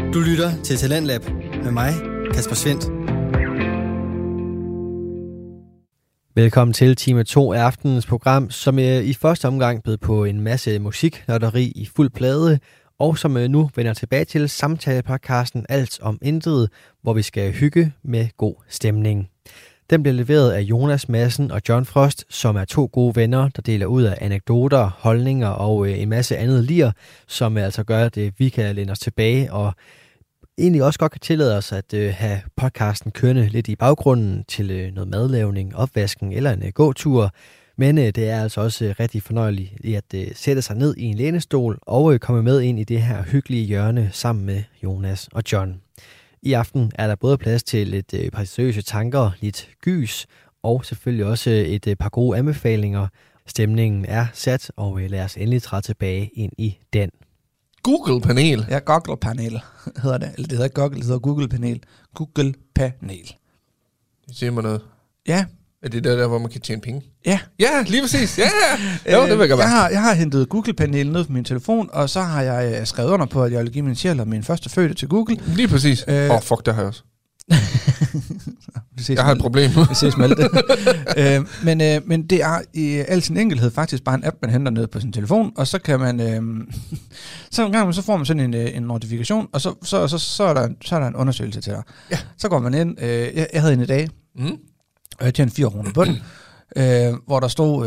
Du lytter til Talentlab med mig, Kasper Svendt. Velkommen til time 2 af aftenens program, som i første omgang bød på en masse musiknørderi i fuld plade, og som nu vender tilbage til samtalepodcasten Alt om Intet, hvor vi skal hygge med god stemning. Den bliver leveret af Jonas Madsen og John Frost, som er to gode venner, der deler ud af anekdoter, holdninger og en masse andet lir, som altså gør, at vi kan læne os tilbage og egentlig også godt kan tillade os at have podcasten kørende lidt i baggrunden til noget madlavning, opvasken eller en gåtur. Men det er altså også rigtig fornøjeligt at sætte sig ned i en lænestol og komme med ind i det her hyggelige hjørne sammen med Jonas og John. I aften er der både plads til lidt par seriøse tanker, lidt gys og selvfølgelig også et par gode anbefalinger. Stemningen er sat, og lad os endelig træde tilbage ind i den. Google-panel? Ja, Google-panel hedder det. Eller det hedder ikke Google, det hedder Google-panel. Google-panel. Det siger mig noget. Ja. Er det der, hvor man kan tjene penge? Ja. Ja, lige præcis. Ja. Jo, det vil jeg være. Jeg har hentet Google-panelen ned på min telefon, og så har jeg skrevet under på, at jeg vil give min sjæl og min første fødte til Google. Lige præcis. Fuck, det har jeg også. Jeg har et problem. Vi ses med det. Men det er i al sin enkelhed faktisk bare en app, man henter ned på sin telefon, og så kan man så får man sådan en notifikation, og så er der en undersøgelse til dig. Ja. Så går man ind. Jeg havde en i dag, og jeg tjente 4 kroner på den, hvor der stod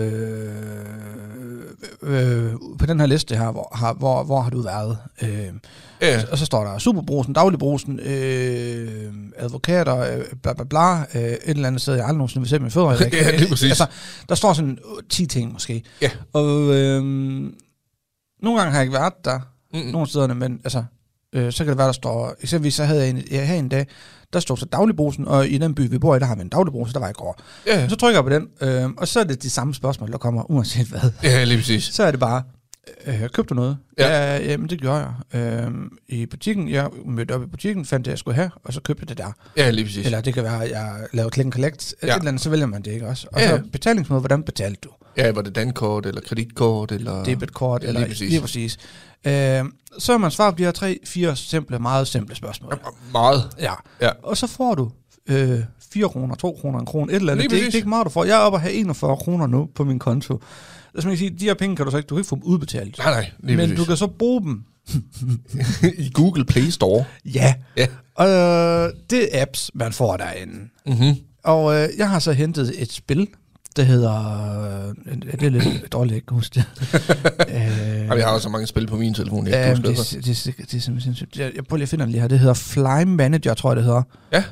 på den her liste her, hvor har du været? Og så står der Superbrusen, Dagligbrusen, advokater, bla bla bla, et eller andet sted, jeg aldrig nogensinde vil se mine fødder. Ja, lige præcis. Altså, der står sådan 10 ting måske. Ja. Og nogle gange har jeg ikke været der, nogle stederne, men altså, så kan det være, der står, eksempelvis så havde jeg her en dag, der stod så Dagligbrusen, og i den by, vi bor i, der har vi en Dagligbrus, der var i går. Ja. Så trykker jeg på den, og så er det de samme spørgsmål, der kommer, uanset hvad. Ja, lige præcis. Så er det bare, købte du noget? Ja, jamen det gjorde jeg. I butikken, jeg mødte op i butikken, fandt det, jeg skulle have, og så købte jeg det der. Ja, lige præcis. Eller det kan være, at jeg lavede click and collect, et eller andet, så vælger man det ikke også. Og så betalingsmåde, hvordan betalte du? Ja, var det dankort, eller kreditkort, eller debitkort, eller lige præcis. Så har man svaret på de her 3-4 meget simple spørgsmål. Ja, meget. Ja. Og så får du 4 kroner, 2 kroner, 1 krone, et eller andet. Det er ikke meget, du får. Jeg er oppe at have 41 kroner nu på min konto. Altså man kan sige, de her penge kan du så ikke, du kan ikke få dem udbetalt. Nej, men præcis. Du kan så bruge dem i Google Play Store. Ja. Og det er apps, man får derinde. Mm-hmm. Og jeg har så hentet et spil, det hedder... det er lidt dårligt, jeg ikke kan huske det. Jeg har også så mange spil på min telefon, jeg ikke kan huske det. Det er simpelthen sindssygt. Jeg prøver lige at finde den lige her. Det hedder Fly Manager, tror jeg, det hedder. Ja.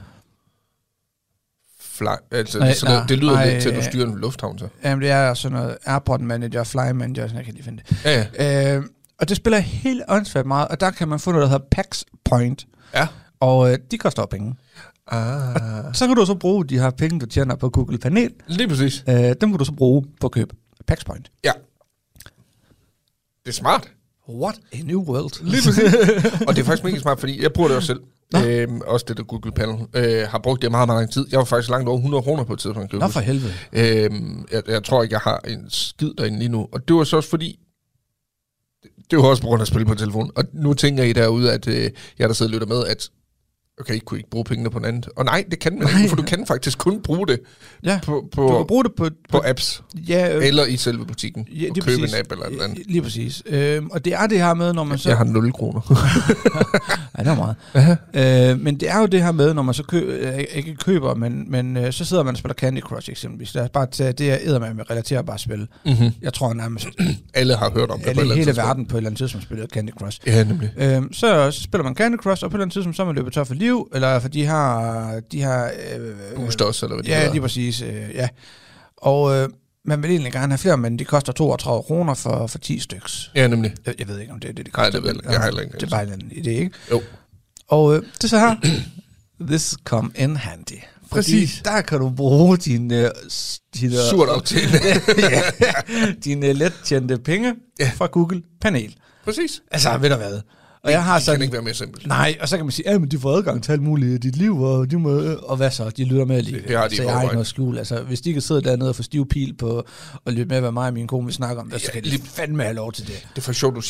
Det lyder lidt til, at du styrer en lufthavn, så. Jamen, det er sådan noget Airport Manager, Fly Manager, sådan jeg kan lige finde det. Ja. Og det spiller helt åndssvagt meget, og der kan man få noget, der hedder PAX Point. Ja. Og de koster penge. Og så kan du så bruge de her penge, du tjener på Google Panel. Lige præcis. Dem kan du så bruge på at købe PAX Point. Ja. Det er smart. What a new world. Lige præcis. Og det er faktisk mega smart, fordi jeg bruger det også selv. Også det der Google Panel. Har brugt det meget, meget lang tid. Jeg var faktisk langt over 100 kroner på et tidspunkt. Nå for helvede. Jeg tror ikke, jeg har en skid derinde lige nu. Og det var så også fordi, det var også på grund af at spille på telefon. Og nu tænker I derude, at jeg der sidder og lytter med, at okay, I kunne ikke bruge pengene på en anden. Og nej, det kan man ikke, for du kan faktisk kun bruge det du kan bruge det på apps. Ja, eller i selve butikken. Ja, og købe en app eller et eller andet. Lige præcis. Og det er det her med, når man så... Jeg har 0 kroner. Ja, det er meget. Men det er jo det her med, når man så ikke køber, men så sidder man og spiller Candy Crush eksempelvis. Det er bare til, det er eddermame relaterbare spil. Mm-hmm. Jeg tror nærmest... alle har hørt om det på et eller andet hele verden på et eller andet tidspunkt spiller Candy Crush. Ja, nemlig. Så spiller man Candy Crush, og på et eller andet tidspunkt så er man løbet tør for liv, eller for de har boost også, eller hvad de ja, lige præcis. Ja. Og man vil egentlig gerne have flere, men de koster 32 kroner for 10 styks. Ja, nemlig. Jeg ved ikke, om det er det, de koster. Nej, det ved jeg heller ikke. Det er bare en idé, ikke? Jo. Og det er så her. This come in handy. Præcis. Der kan du bruge dine surt aftjente dine let-tjente penge fra Google Panel. Præcis. Altså, ved du hvad? Og jeg har det kan ikke være mere simpelt. Nej, og så kan man sige, men de får adgang til alt muligt i dit liv, og de må, og hvad så? De lytter med alligevel. Det har de så jeg har ikke noget skjul. Altså, hvis de kan sidde dernede og få stiv pil på, og lytte med, hvad mig og min kone vil snakke om, så kan de fandme have lov til det. Det er for sjovt, du siger det.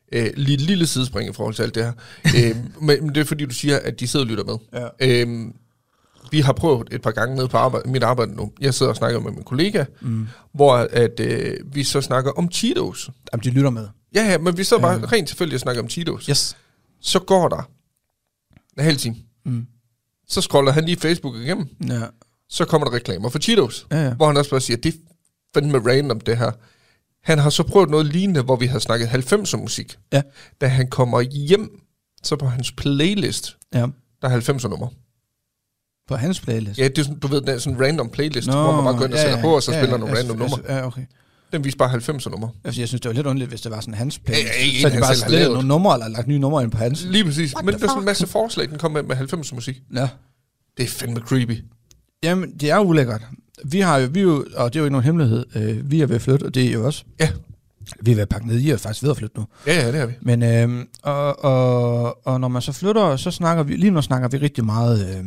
lille sidespring i forhold til alt det her. Men det er fordi, du siger, at de sidder og lytter med. Ja. Vi har prøvet et par gange nede på mit arbejde nu. Jeg sidder og snakker med min kollega, hvor at, vi så snakker om Cheetos. Jamen, de lytter med. Ja, men vi så bare rent tilfældigt og snakker om Cheetos. Yes. Så går der en halv time. Så scroller han lige Facebook igennem. Ja. Så kommer der reklamer for Cheetos. Ja. Hvor han også bare siger, det er fandme random det her. Han har så prøvet noget lignende, hvor vi har snakket 90'er musik. Ja. Da han kommer hjem, så på hans playlist, Ja. der er 90'er nummer. På hans playlist? Ja, det er sådan, du ved, det er sådan en random playlist, hvor man bare går ind og sætter på, og så spiller nogle random numre. Ja, okay. Den viser bare 90'er nummer. Altså, jeg synes, det var lidt underligt, hvis det var sådan hans playlist. Ja, så er de bare slettet nogle numre, eller lagt nye numre ind på hans. Lige præcis. Men det er sådan en masse forslag, den kommer med 90'er musik. Ja. Det er fandme creepy. Jamen, det er jo ulækkert. Vi er jo, og det er jo ikke nogen hemmelighed, vi er ved at flytte, og det er jo også. Ja. Vi er ved at pakke ned, I er faktisk ved at flytte nu. Ja, det er vi. Men, og når man så flytter, så snakker vi, lige nu snakker vi rigtig meget,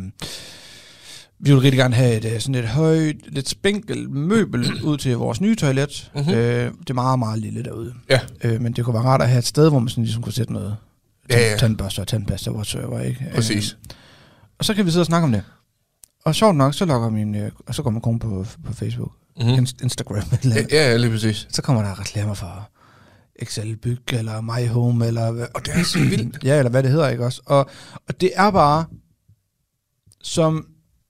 vi vil rigtig gerne have sådan et højt, lidt spinkel møbel ud til vores nye toilet. Mm-hmm. Det er meget, meget lille derude. Ja. Men det kunne være rart at have et sted, hvor man sådan ligesom kunne sætte noget Ja. tandbørste og tandpasta, whatsoever, ikke? Præcis. Og så kan vi sidde og snakke om det. Og sjovt nok, så logger og så går man kun på Facebook, Instagram eller andet. Ja, lige præcis. Så kommer der reklamer for Excel Byg eller My Home eller Og det er så vildt. ja, eller hvad det hedder, ikke også? Og det er bare som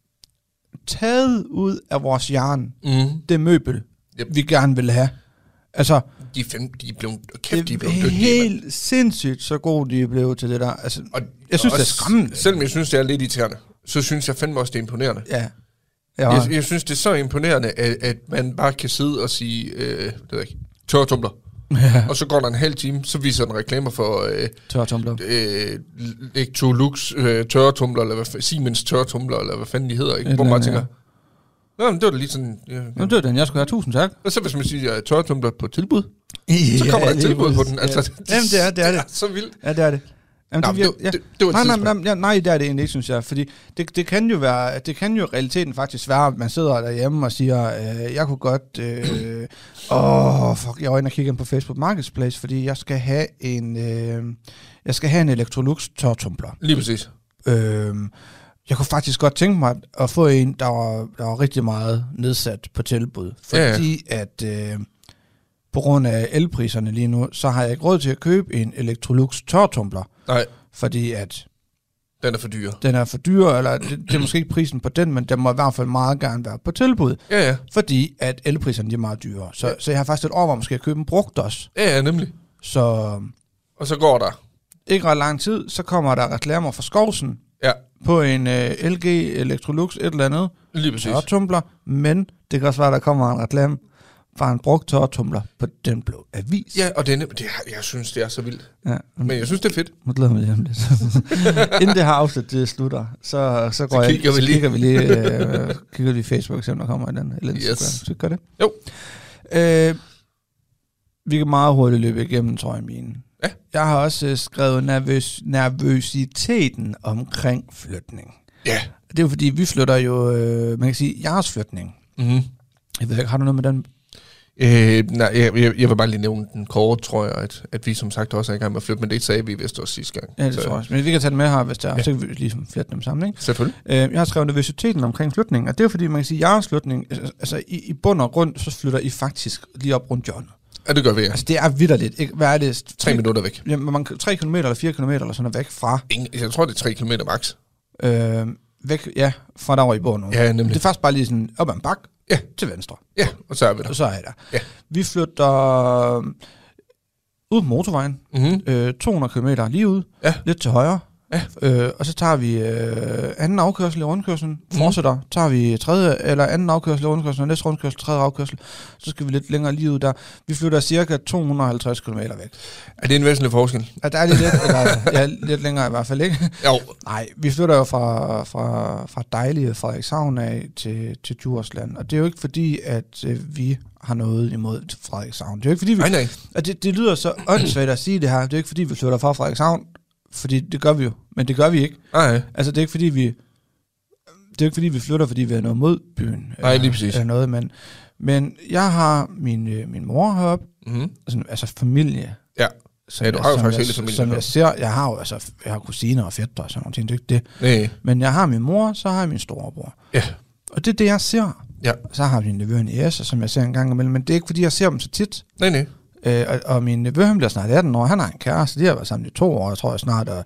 taget ud af vores hjerne, det møbel, vi gerne vil have. Altså, de er blevet dygtige. Helt sindssygt så gode de er blevet til det der. Altså, og jeg synes, det er skræmmende. Selvom jeg synes, det er lidt irriterende, så synes jeg fandme også, det er imponerende. Ja. Jeg synes, det er så imponerende, at man bare kan sidde og sige, det ved jeg ikke, tørretumbler. Ja. Og så går der en halv time, så viser den reklamer for tørretumbler. Electrolux tørretumbler, eller Siemens tørretumbler, eller hvad fanden de hedder, ikke? Hvor man bare tænker, nå, men det var da lige sådan... Ja. Nå, det var den, jeg skulle have. 1000 tak. Og så hvis man siger, at tørretumbler på tilbud, så kommer der et tilbud på den. Altså, jamen, det er det. Det er så vildt. Ja, det er det. Jamen, det var nej, det er det egentlig ikke, synes jeg. Fordi det kan jo være, det kan jo i realiteten faktisk være, at man sidder derhjemme og siger, jeg kunne godt, jeg var inde og kigge på Facebook Marketplace, fordi jeg skal have en Electrolux tørretumbler. Lige præcis. Jeg kunne faktisk godt tænke mig at få en, der var rigtig meget nedsat på tilbud. Fordi at på grund af elpriserne lige nu, så har jeg ikke råd til at købe en Electrolux tørretumbler. Nej. Fordi at... Den er for dyr. Den er for dyr, eller det er måske ikke prisen på den, men den må i hvert fald meget gerne være på tilbud. Ja. Fordi at elpriserne de er meget dyre. Så jeg har faktisk et år, hvor man skal købe en brugt også. Ja, nemlig. Så... Og så går der... Ikke ret lang tid, så kommer der reklamer fra Skovsen. Ja. På en LG Electrolux et eller andet. Lige præcis. Tørretumbler, men det kan også være, der kommer en reklame fra en brugt tørretumbler på Den Blå Avis. Ja, og jeg synes, det er så vildt. Ja. Men jeg synes, det er fedt. Nu glæder mig lige lidt. Inden det her afsnit det slutter, så går kigger vi lige i Facebook, se om der kommer et eller andet. Yes. Så gør det. Jo. Vi kan meget hurtigt løbe igennem, tror jeg, mine. Ja. Jeg har også skrevet nervøsiteten omkring flytning. Ja. Det er jo fordi, vi flytter jo, man kan sige, jeres flytning. Mm-hmm. Jeg ved ikke, har du noget med den? Nej, jeg vil bare lige nævne den kort, tror jeg, at vi som sagt også er i gang med at flytte, men det sagde vi vist også sidste gang. Ja, det tror jeg også. Men vi kan tage den med her, hvis der er, så kan vi ligesom flytte dem sammen, ikke? Selvfølgelig. Jeg har skrevet nervøsiteten omkring flytning, og det er fordi, man kan sige, jeres flytning, altså i bund og grund, så flytter I faktisk lige op rundt hjørnet. Ja, det gør vi, ja. Altså, det er vitterligt, ikke? Hvad er det? 3 minutter væk. Jamen, 3 km eller 4 km eller sådan væk fra. Jeg tror, det er 3 km max. Væk, ja, fra der, hvor I bor nu. Ja, nemlig. Det er faktisk bare lige sådan op ad en bak, til venstre. Ja, og så er vi der. Og så er jeg der. Ja. Vi flytter ud på motorvejen, 200 km lige ud, lidt til højre, og så tager vi anden afkørsel i rundkørslen, fortsætter, tager vi anden afkørsel i rundkørslen, og næste rundkørsel, tredje afkørsel, så skal vi lidt længere lige ud der. Vi flytter cirka 250 km væk. Er det en væsentlig forskel? Ja, der er lidt lidt længere i hvert fald, ikke? Jo. Nej, vi flytter jo fra dejlige Frederikshavn af til Djursland, og det er jo ikke fordi, at vi har noget imod Frederikshavn. Det er jo ikke fordi, vi... Nej. Og det lyder så åndssvagt at sige det her. Det er ikke fordi, vi flytter fra Frederikshavn, fordi det gør vi jo, men det gør vi ikke. Nej. Altså, det er ikke fordi, vi flytter, fordi vi har noget mod byen. Nej, lige præcis. Eller noget, men jeg har min mor heroppe, altså familie, Ja, du har jo faktisk hele familien. Som jeg ser, jeg har kusiner og fætter og sådan nogle ting, det er ikke det. Nej. Men jeg har min mor, så har jeg min storebror. Ja. Og det er det, jeg ser. Ja. Så har vi en nevø og en jæse, som jeg ser en gang imellem, men det er ikke, fordi jeg ser dem så tit. Nej. Og min nevø, han bliver snart 18 år, han har en kæreste, de har været sammen i 2 år, jeg tror jeg snart, og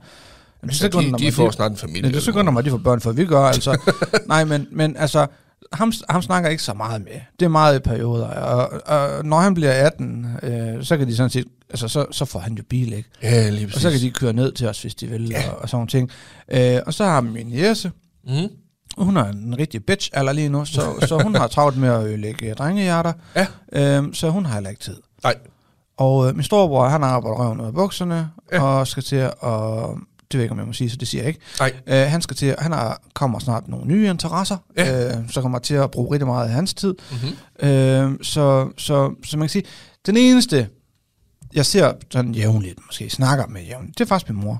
de får snart en familie. Det er så godt, når de får børn, for vi gør, altså. Nej, men altså, ham snakker ikke så meget med. Det er meget i perioder, og når han bliver 18, så kan de sådan set, altså så får han jo bil, ikke? Ja, lige præcis. Og så kan de køre ned til os, hvis de vil, og sådan nogle ting. Og så har vi min jæse. Hun er en rigtig bitch eller lige nu, så hun har travlt med at ødelægge drengehjerter. Ja. Så hun har heller ikke tid. Nej. Og min storebror, han arbejder røven ud af bukserne, og skal til at... Det ved jeg ikke, om jeg må sige, så det siger jeg ikke. Nej. Han skal til, kommer snart nogle nye interesser, så kommer til at bruge rigtig meget af hans tid. Mm-hmm. Så man kan sige, den eneste, jeg ser sådan jævnligt, måske snakker med jævnligt, det er faktisk min mor.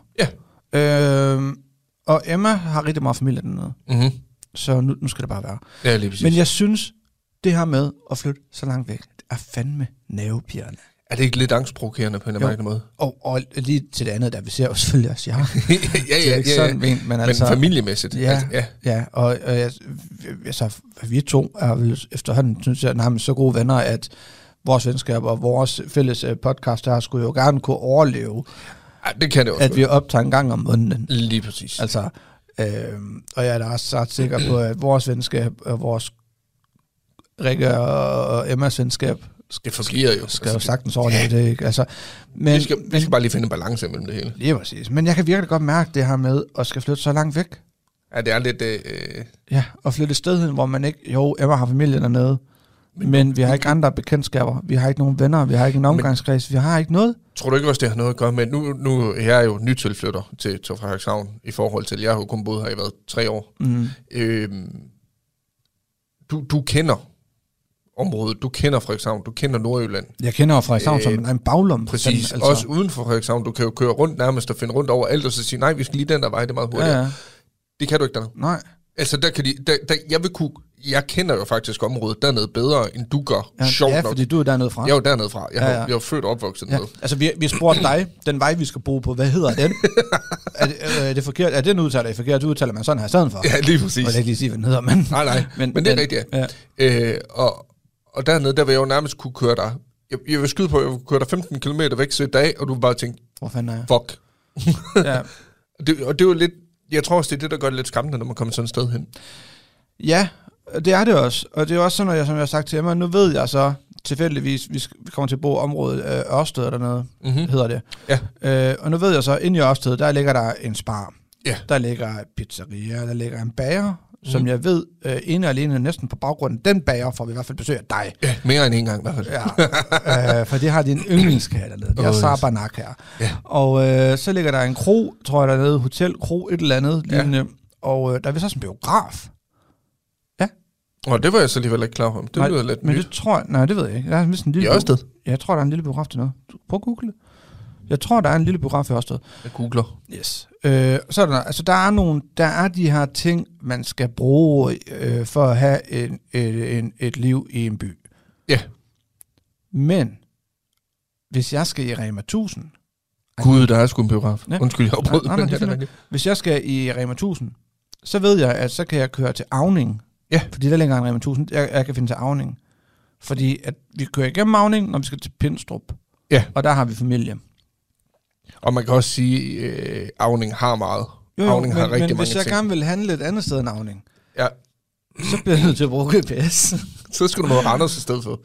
Ja. Og Emma har rigtig meget familie dernede. Mm-hmm. Så nu skal det bare være. Ja, lige præcis. Men jeg synes, det her med at flytte så langt væk, det er fandme nervepirrende. Er det ikke lidt angstprovokerende på en eller anden måde? Og lige til det andet, der vi ser jo selvfølgelig også, ja. ja. Men altså, familiemæssigt. Ja. Og altså, vi to er vel efterhånden, synes jeg, nærmest så gode venner, at vores venskab og vores fælles podcast her skulle jo gerne kunne overleve. Ja, det kan det også. At vi optager en gang om måneden. Lige præcis. Altså, og jeg er da også ret sikker på, at vores venskab og vores Rikke og Emmas venskab det fungerer jo. Skal jo sagtens overleve det, ikke? Altså, men, vi skal bare lige finde en balance mellem det hele. Lige præcis. Men jeg kan virkelig godt mærke det her med at skal flytte så langt væk. Ja, det er lidt... Ja, og flytte et sted hen, hvor man ikke... Jo, Emma har familie dernede, men vi har ikke andre bekendtskaber. Vi har ikke nogen venner, vi har ikke en omgangskreds, vi har ikke noget. Tror du ikke også, det har noget at gøre med... Nu er jeg jo nytilflytter til Frederikshavn i forhold til... Jeg har jo kun boet her i 3 år. Mm. Du kender området, du kender Frederikshavn, du kender Nordjylland. Jeg kender Frederikshavn som en baglom. Præcis, altså. Også uden for Frederikshavn. Du kan jo køre rundt nærmest og finde rundt over alt, og så sige, nej, vi skal lige den der vej, det er meget hurtigere. Ja. Det kan du ikke dernede. Nej. Altså, der kan jeg kender jo faktisk området dernede bedre, end du gør. Ja, fordi du er dernede fra. Jeg er jo dernede fra. Jeg er født og opvokset dernede. Altså, vi spurgte dig, den vej, vi skal bo på, hvad hedder den? er det forkert? Er det en udtaler, forkert? Du udtaler man sådan her i stedet for. Ja, lige præcis. Jeg vil ikke lige sige, hvad den hedder, men... Nej, men det er rigtigt, ja. Og dernede, der vil jeg jo nærmest kunne køre dig. Jeg vil skyde på, at jeg vil køre dig 15 km væk så i dag, og du vil bare tænke, hvor fanden er jeg? Fuck. Ja. Og det er jo lidt, jeg tror også, det er det, der gør det lidt skræmmende, når man kommer sådan et sted hen. Ja, det er det også. Og det er også sådan, som jeg har sagt til Emma, nu ved jeg så tilfældigvis, vi kommer til at bo i området Ørsted dernede, hedder det. Ja. Og nu ved jeg så, inde i Ørsted, der ligger der en spar. Ja. Der ligger et pizzeria, der ligger en bager, som jeg ved, ene og alene næsten på baggrunden, den bager får vi i hvert fald besøg af dig. Ja, mere end en gang i hvert fald. Ja, for det har din yndlingskage dernede. Det er Sabanak her. Ja. Og så ligger der en kro, tror jeg dernede, hotel, kro, et eller andet lignende. Og der er vist også en biograf. Ja. Og det var jeg så alligevel ikke klar over. Det lyder lidt men nyt. det tror jeg, nej, det ved jeg ikke. Der er vist en lille Ørsted? Ja, jeg tror, der er en lille biograf til noget. Prøv at google det. Jeg tror, der er en lille biograf i Ørsted. Jeg googler. Yes. Så er der, altså der er de her ting, man skal bruge for at have et liv i en by. Ja. Men hvis jeg skal i Rema 1000... Gud, der er sgu en biograf. Ja. Undskyld, jeg afbrød. Hvis jeg skal i Rema 1000, så ved jeg, at så kan jeg køre til Auning. Ja. Fordi der ligger en Rema 1000. Jeg kan finde til Auning. Fordi at vi kører igennem Auning, når vi skal til Pindstrup. Ja. Og der har vi familie. Og man kan også sige, at Auning har meget. Auning har rigtig mange ting. Men hvis jeg gerne vil handle et andet sted end Auning, så bliver jeg nødt til at bruge GPS. Så skal du mod Randers i stedet for.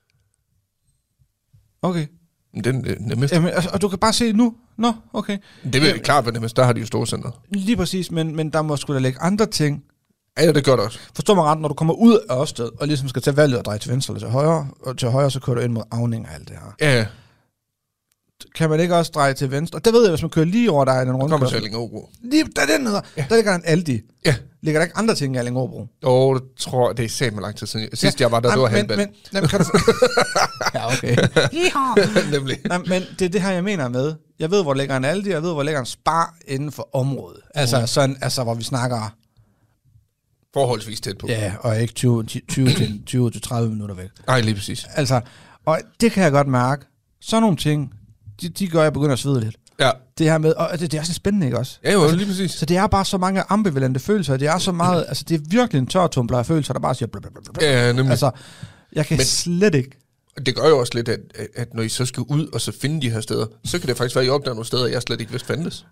Okay. Men det er nemmest. Jamen, altså, og du kan bare se nu. Nå, okay. Det vil klart være nemmest. Der har de jo store center. Lige præcis, men der må sgu da lægge andre ting. Ja, det gør det også. Forstår mig ret, når du kommer ud af Ørsted, og ligesom skal tage valget og dreje til venstre eller til højre, og til højre, så kører du ind mod Auning og alt det her. Ja. Kan man ikke også dreje til venstre? Det ved jeg, hvis man kører lige over, der er en rundkørsel. Der kommer til Allingåbro. Lige der den hedder. Ja. Der ligger en Aldi. Ja. Ligger der ikke andre ting i Allingåbro? Det tror jeg, det er sæt med lang tid siden. Sidst jeg var der, det var handball. Ja, okay. Nemlig. Men det er det her, jeg mener med. Jeg ved, hvor ligger en Aldi, jeg ved, hvor ligger en Spar inden for området. Altså sådan, hvor vi snakker... Forholdsvis tæt på. Ja, og ikke 20-30 minutter væk. Nej, lige præcis. Altså, og det kan jeg godt mærke. Sådan nogle ting, de gør, at jeg begynder at svede lidt. Ja. Det her med, og det er så spændende, ikke også? Ja, jo, lige præcis. Så det er bare så mange ambivalente følelser, det er så meget, altså det er virkelig en tørtumbler af følelser, der bare siger blablabla. Ja, nemlig. Altså, jeg kan slet ikke. Det gør jo også lidt, at når I så skal ud og så finde de her steder, så kan det faktisk være, at I opdager nogle steder, jeg slet ikke vidste fandtes.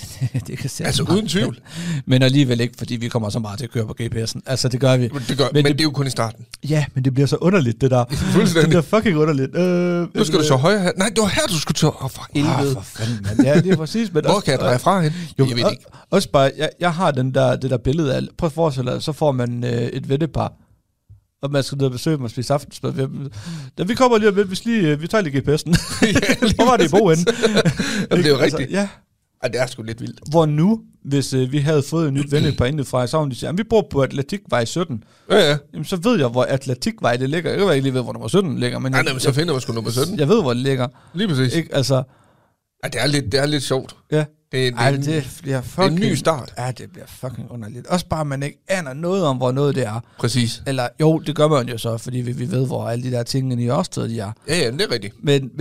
Det kan altså uden tvivl. Men alligevel ikke, fordi vi kommer så meget til at køre på GPS'en. Altså det gør vi. Men det er jo kun i starten. Ja, men det bliver så underligt, det der. Fuldstændig. Det er fucking underligt. Nu skal du så højre her. Nej, det var her, du skulle tage. For helvede. For fanden, mand. Ja, det er præcis. Men hvor kan jeg dreje fra hen? Jo, jeg ved ikke. Også bare, jeg har det der billede af, prøv at forestille dig, så får man et vennepar, og man skal ned og besøge dem og spise aftensmad. Da vi kommer lige om lidt, vi tager lige GPS'en. Hvor var det i Bogen? Det er jo rigtigt. Altså, ja. Ej, det er sgu lidt vildt. Hvor nu, hvis vi havde fået et nyt vennepar indefra, så ville de sige, vi bor på Atletikvej 17. Ja. Jamen, så ved jeg, hvor Atletikvej det ligger. Jeg ved ikke lige ved, hvor nummer 17 ligger. Men men så finder man sgu nummer 17. Jeg ved, hvor det ligger. Lige præcis. Ikke? Altså, ej, det er lidt sjovt. Ja. Det bliver fucking, en ny start. Ja, det bliver fucking underligt. Også bare, man ikke aner noget om, hvor noget det er. Præcis. Eller, jo, det gør man jo så, fordi vi ved, hvor alle de der ting i Ørsted, de er. Ja, det er rigtigt.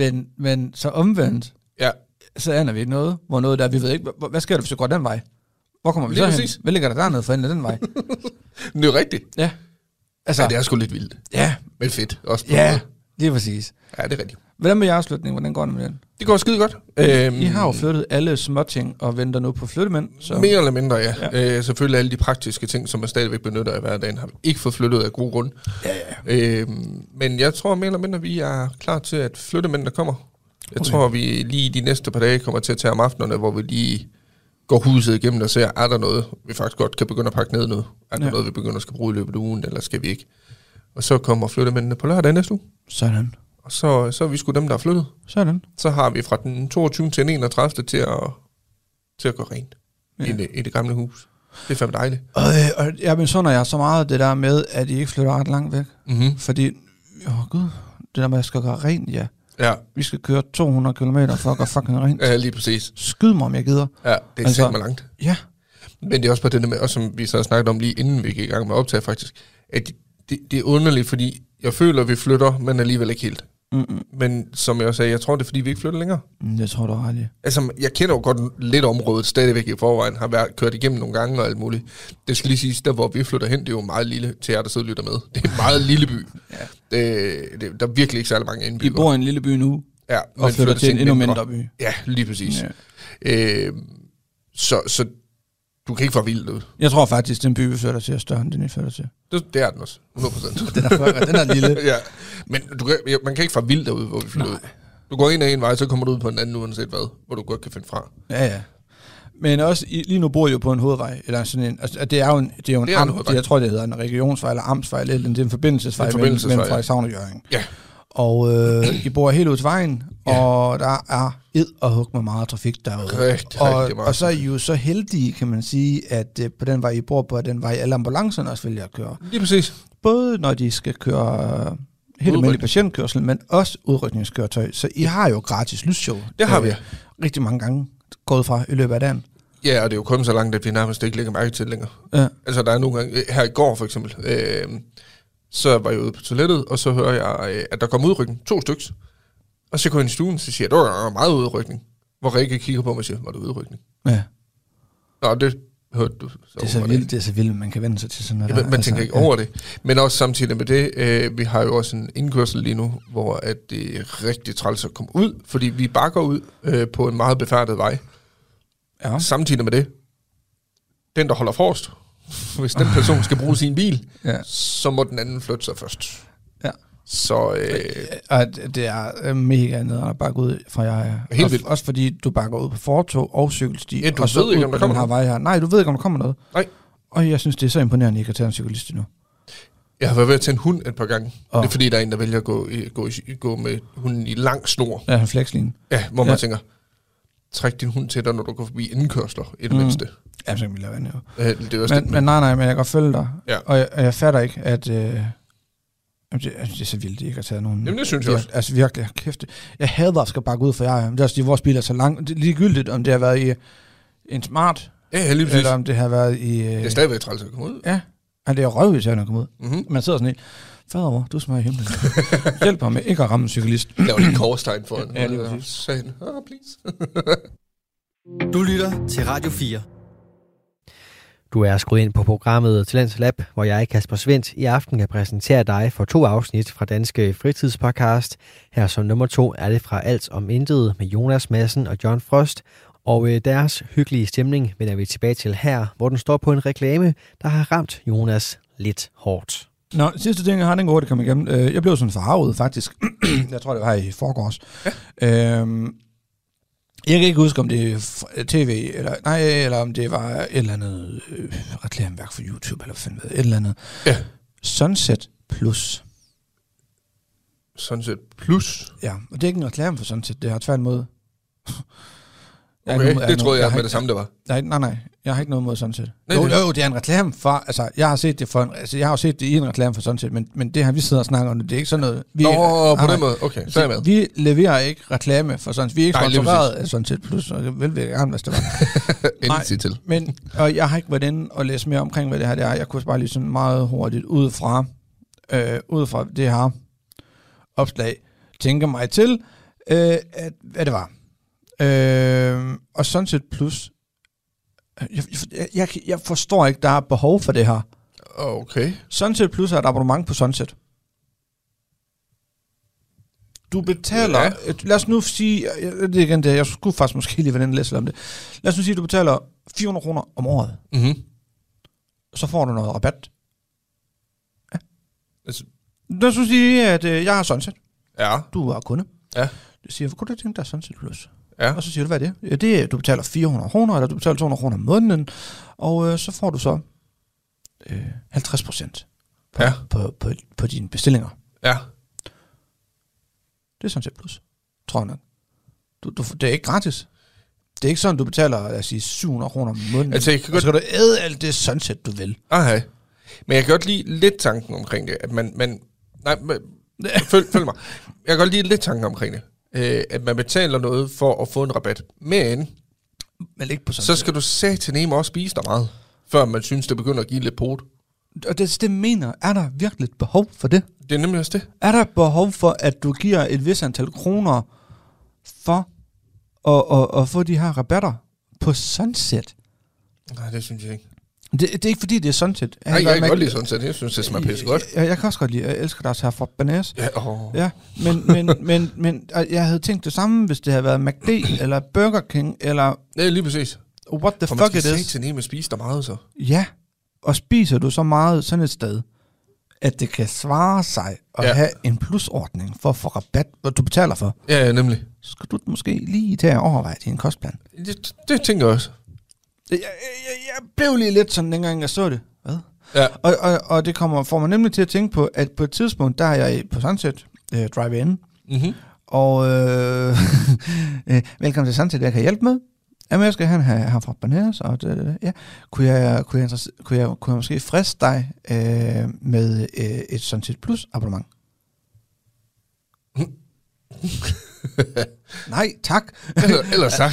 Men så omvendt, ja. Så aner vi ikke noget, hvor noget der er. Vi ved ikke, hvad sker der, hvis vi går den vej? Hvor kommer vi så hen? Hvad ligger der dernede for enden af den vej? Det er jo rigtigt. Ja. Altså, ja, det er sgu lidt vildt. Ja. Men fedt. Også på ja, det er præcis. Ja, det er rigtigt. Hvordan med jeres flytning? Hvordan går det med den? Det går skide godt. I har jo flyttet alle småting og venter nu på flyttemænd. Så. Mere eller mindre, ja. Selvfølgelig alle de praktiske ting, som man stadigvæk benytter af hverdagen, har vi ikke fået flyttet af god grund. Ja. Men jeg tror mere eller mindre, vi er klar til at flyttemænd, der kommer. Jeg tror, vi lige de næste par dage kommer til at tage om aftenerne, hvor vi lige går huset igennem og ser, er der noget, vi faktisk godt kan begynde at pakke ned nu? Er der noget, vi begynder at skal bruge i løbet af ugen, eller skal vi ikke? Og så kommer flyttemændene på lørdag næste uge. Sådan. Og så er vi sgu dem, der er flyttet. Sådan. Så har vi fra den 22. til den 31. til at gå rent i det gamle hus. Det er fandme dejligt. Og jeg misunder jer så meget det der med, at I ikke flytter ret langt væk. Mm-hmm. Fordi, gud, det der med, at jeg skal gøre rent, ja. Ja. Vi skal køre 200 km for at gøre fucking rent. Ja, lige præcis. Skyd mig, om jeg gider. Ja, det er altså, langt. Ja. Men det er også på det med, og som vi så har snakket om lige inden vi gik i gang med at optage faktisk, at det er underligt, fordi jeg føler, at vi flytter, men alligevel ikke helt. Mm-mm. Men som jeg også sagde, jeg tror, det er, fordi vi ikke flytter længere. Det tror du ret i. Altså, jeg kender jo godt lidt området stadigvæk i forvejen, har kørt igennem nogle gange og alt muligt. Det skal lige siges, der hvor vi flytter hen, det er jo meget lille til jer, der sidder og lytter med. Det er en meget lille by. Ja. Der er virkelig ikke særlig mange indbyggere. I bor i en lille by nu, ja, og flytter til en endnu mindre by. Ja, lige præcis. Ja. Så du kan ikke få vildt ud. Jeg tror faktisk, den by, vi flytter til, er større end den, I flytter til. Det er den også, 100%. den er lille. Ja. Men man kan ikke få vildt derud, hvor vi flytter ud. Du går ind ad en vej, så kommer du ud på en anden uanset hvad, hvor du godt kan finde fra. Ja. Men også, lige nu bor I jo på en hovedvej, eller sådan en, altså det er jo en amt, jeg tror det hedder en regionsvej eller amtsvej, eller det er en forbindelsesvej mellem Frederikshavn og Hjørring. Ja. Og I bor helt ud til vejen, og der er og hug med meget trafik derude. Rigtig meget. Og så er I jo så heldige, kan man sige, at på den vej, I bor på, den vej alle ambulancerne også vælger at køre. Lige præcis. Både når de skal køre helt almindelig patientkørsel, men også udrykningskøretøj. Så I har jo gratis lysshow. Det har vi. Rigtig mange gange gået fra i løbet af dagen. Ja, og det er jo kun så langt, at vi nærmest ikke lægger mærke til længere. Ja. Altså, der er nogle gange, her i går for eksempel, så var jeg ude på toilettet, og så hører jeg, at der kom udrykning, 2 styks. Og så går jeg ind i stuen, så siger jeg, der var meget udrykning. Hvor Rikke kigger på mig og siger, var det udrykning? Ja. Nå, det hørte du. Det er så vildt, man kan vende sig til sådan noget. Ja, man tænker ikke over det. Men også samtidig med det, vi har jo også en indkørsel lige nu, hvor at det er rigtig træls at komme ud, fordi vi bakker ud på en meget befærdet vej. Ja. Samtidig med det, den der holder forrest, hvis den person skal bruge sin bil, så må den anden flytte sig først. Ja. Så det er mega nederen at bakke ud fra jer. Helt vildt. Også fordi du bakker ud på fortov og cykelsti. Ja, du og så ved ikke, om der kommer noget. Her. Nej, du ved ikke, om der kommer noget. Nej. Og jeg synes, det er så imponerende, at I kan tage en cyklist nu. Jeg har været ved at tage en hund et par gange. Det er fordi, der er en, der vælger at gå med hunden i lang snor. Ja, en flexline. Ja, hvor man tænker, træk din hund til dig, når du går forbi indkørsler, i det mindste. Ja, så kan vi lade være jo. Men nej, men jeg kan følge dig. Ja. Og jeg fatter ikke, at det er så vildt, ikke at tage nogen. Jamen, det synes jeg også. Altså virkelig, kæft. Jeg hader at skal bakke ud for jer. Det er også, de vores biler er så langt. Det er ligegyldigt, om det har været i en smart, ja, lige præcis. eller om det har været i... det er stadigvæk træls at komme ud. Ja. Ja, det er røvirriterende at komme ud. Mm-hmm. Man sidder sådan helt, fader, du smager himlen. Hjælp mig med ikke at ramme en cyklist. Lav lige en korstegn for en. Ja, det er præcis. Sagen. Please. Du lytter til Radio 4. Du er skruet ind på programmet Talents Lab, hvor jeg, Kasper Svendt, i aften kan præsentere dig for 2 afsnit fra Danske Fritidspodcast. Her som nummer 2 er det fra Alt om Intet med Jonas Madsen og John Frost. Og deres hyggelige stemning vender vi tilbage til her, hvor den står på en reklame, der har ramt Jonas lidt hårdt. Nå, sidste ting, jeg har, den går, det kom igennem. Jeg blev sådan forarvet, faktisk. Jeg tror, det var her i forgårs. Ja. Jeg kan ikke huske, om det er tv, eller om det var et eller andet reklameværk for YouTube, eller hvad fanden ved, et eller andet. Ja. Sunset Plus. Sunset Plus? Ja, og det er ikke en reklame for Sunset, det har tværtimod. Okay, det troede jeg med det samme, det var. Nej, jeg har ikke noget mod Sunset. Jo, det er en reklame for, altså, jeg har set det jeg har set det i en reklame for Sunset, men det har vi siddet og snakket om, det er ikke sådan noget. På den måde, okay, så er jeg med. Vi leverer ikke reklame for Sunset, vi er ikke sponsoreret af Sunset Plus, og det vil vi gerne, hvis det var. Endelig sige til. Og jeg har ikke været inde og læst mere omkring, hvad det her er. Jeg kunne bare lige sådan meget hurtigt ud fra det her opslag tænke mig til, at hvad det var. Og Sunset Plus, jeg forstår ikke, der er behov for det her. Okay. Sunset Plus er et abonnement på Sunset. Du betaler, lad os nu sige, det er igen det, jeg skulle faktisk måske lige være den læse om det. Lad os nu sige, at du betaler 400 kroner om året. Mm-hmm. Så får du noget rabat. Ja. Altså, lad os nu sige, at jeg har Sunset. Ja. Du er kunde. Ja. Du siger, kunne du tænke dig Sunset Plus? Ja. Og så siger du, hvad er det? Ja, det er, du betaler 400 kroner, eller du betaler 200 kroner om måneden, og så får du så 50% på dine bestillinger. Ja. Det er Sunset Plus, tror jeg nok. Det er ikke gratis. Det er ikke sådan, du betaler, lad os sige, 700 kroner om måneden, altså, og så skal du æde alt det Sunset, du vil. Okay. Men jeg kan godt lide lidt tanken omkring det, at følg mig. Jeg kan godt lide lidt tanken omkring det. At man betaler noget for at få en rabat. Men ikke på så skal du sataneme også spise dig meget, før man synes, det begynder at give lidt pot. Og det mener, er der virkelig behov for det? Det er nemlig også det. Er der behov for, at du giver et vis antal kroner for at få de her rabatter på Sunset? Nej, det synes jeg ikke. Det er ikke fordi, det er Sunset. Nej, jeg kan godt lide Sunset. Jeg synes, det smager pisse godt. Jeg kan også godt lide, jeg elsker deres her fra Banæs. Ja, ja, men jeg havde tænkt det samme, hvis det havde været McD, eller Burger King, eller... Ja, lige præcis. What the fuck it is. Man skal sige til at spise dig meget, så. Ja, og spiser du så meget sådan et sted, at det kan svare sig at have en plusordning for at få rabat, hvad du betaler for. Ja, nemlig. Så skal du måske lige tage at overveje din kostplan. Det tænker jeg også. Jeg blev lige lidt sådan, dengang jeg så det. Hvad? Ja. Og det får mig nemlig til at tænke på, at på et tidspunkt, der er jeg på Sunset Drive-In. Mm-hmm. Og velkommen til Sunset, jeg kan hjælpe med. Jamen, jeg skal have fra Banæs, og ja. Kunne jeg måske friste dig med et Sunset Plus abonnement? Nej, tak. Eller sagt.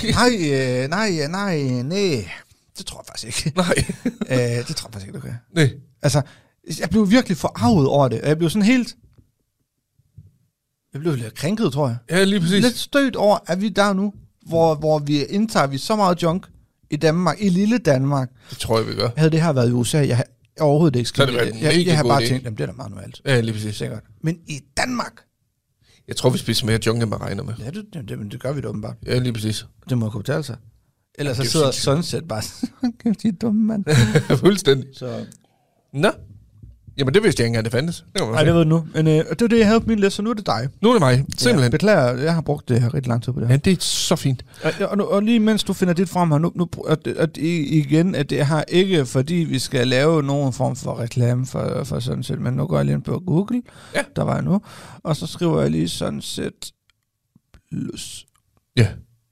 Nej. Det tror jeg faktisk ikke. Nej. Det tror jeg faktisk ikke, du kan. Nej. Altså, jeg blev virkelig forarvet over det, og jeg blev sådan helt... Jeg blev lidt krænket, tror jeg. Ja, lige præcis. Lidt stødt over, at vi der nu, hvor vi indtager så meget junk i Danmark, i lille Danmark. Det tror jeg, vi gør. Havde det her været i USA, jeg overhovedet ikke skrevet det. Jeg har bare tænkt, jamen det er da meget normalt. Ja, lige præcis. Sikkert. Men i Danmark... Jeg tror, vi spiser mere junk, end man regner med. Ja, det gør vi da åbenbart. Ja, lige præcis. Det må kunne betale sig. Ellers så sidder Sunset bare sådan, de er dumme, mand. Fuldstændig. Så. Nå. Jamen, det vidste jeg ikke engang, det fandtes. Nej, det ved du nu. Men det var det, jeg havde på min liste, så nu er det dig. Nu er det mig, simpelthen. Ja, beklager, jeg har brugt det her rigtig lang tid på det her. Ja, det er så fint. Og lige mens du finder dit frem her, at det her ikke, fordi vi skal lave nogen form for reklame for Sunset, men nu går jeg lige ind på Google, der var jeg nu, og så skriver jeg lige Sunset Plus. Ja.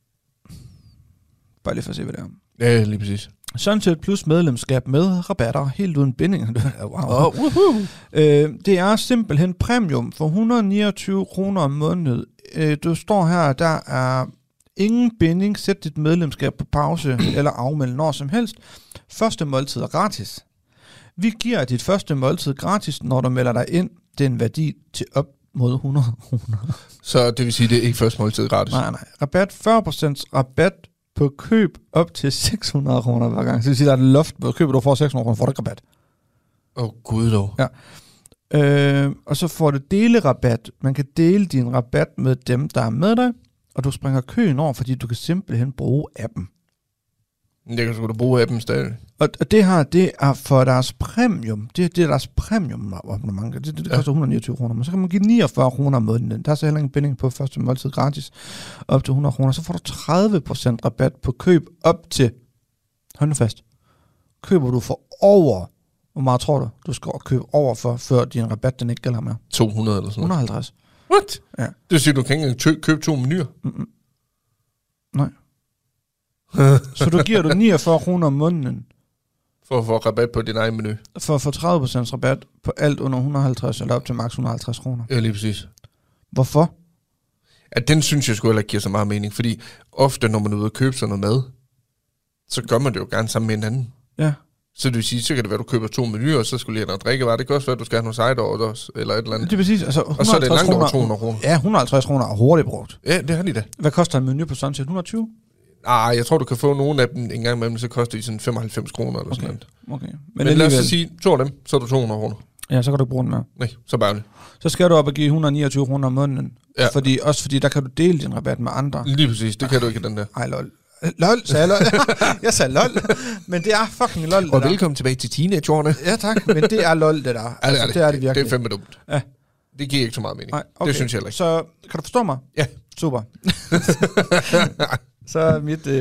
Bare lige for at se, hvad det er. Ja, lige præcis. Sunset Plus medlemskab med rabatter, helt uden binding. Wow. Det er simpelthen premium for 129 kroner om måneden. Du står her, der er ingen binding. Sæt dit medlemskab på pause eller afmeld når som helst. Første måltid er gratis. Vi giver dit første måltid gratis, når du melder dig ind. Det er en værdi til op mod 100 kroner. Så det vil sige, det er ikke første måltid gratis? Nej. Rabat, 40% rabat på køb op til 600 kroner hver gang. Så det vil sige, der er et loft på køb, du får 600 kroner, får du ikke rabat. Gud dog. Ja. Og så får du delerabat. Man kan dele din rabat med dem, der er med dig, og du springer køen over, fordi du kan simpelthen bruge appen. Det kan sgu da bruge appen stadig. Og det her, det er for deres premium. Det er deres premium abonnement. Det koster 129 kroner, men så kan man give 49 kroner om måneden. Der er så heller ingen binding på første måltid gratis op til 100 kroner. Så får du 30% rabat på køb op til, hold nu fast, køber du for over, hvor meget tror du skal købe over for, før din rabat den ikke gælder mere? 200 eller sådan noget. 150. What? Ja. Det vil sige, du kan ikke engang købe 2 menuer? Nej. Så du giver du 49 kroner om måneden. For at få rabat på din egen menu? For at få 30% rabat på alt under 150, eller op til maks 150 kroner. Ja, lige præcis. Hvorfor? Ja, den synes jeg sgu heller ikke giver så meget mening, fordi ofte, når man er ude og købe sådan noget mad, så gør man det jo gerne sammen med en anden. Ja. Så det vil sige, så kan det være, at du køber 2 menuer, og så skulle lige have noget drikkevarer. Det kan også være, at du skal have noget side orders, eller et eller andet. Det er præcis. Altså, og så er det langt over 200 kroner. Ja, 150 kroner er hurtigt brugt. Ja, det har de da. Hvad koster en menu på Sunset? 120? Nej, jeg tror, du kan få nogle af dem en gang imellem, så koster de sådan 95 kroner eller sådan noget. Okay. Men lad os så sige, 2 af dem, så er du 200 kroner. Ja, så kan du bruge den mere. Nej, så bare det. Så skal du op og give 129 kroner om måneden. Ja. Fordi der kan du dele din rabat med andre. Lige præcis, det kan du ikke den der. Ej, lol. LOL, sagde jeg LOL. Jeg sagde LOL, men det er fucking LOL, det og der. velkommen tilbage til teenageårene. Ja, tak, men det er LOL, det der. Ja, det er det. Det er det virkelig. Det er fandme dumt. Ja. Det giver ikke så meget mening. Nej, okay. Det synes jeg heller ikke. Så kan du forstå mig? Ja. Super. Så er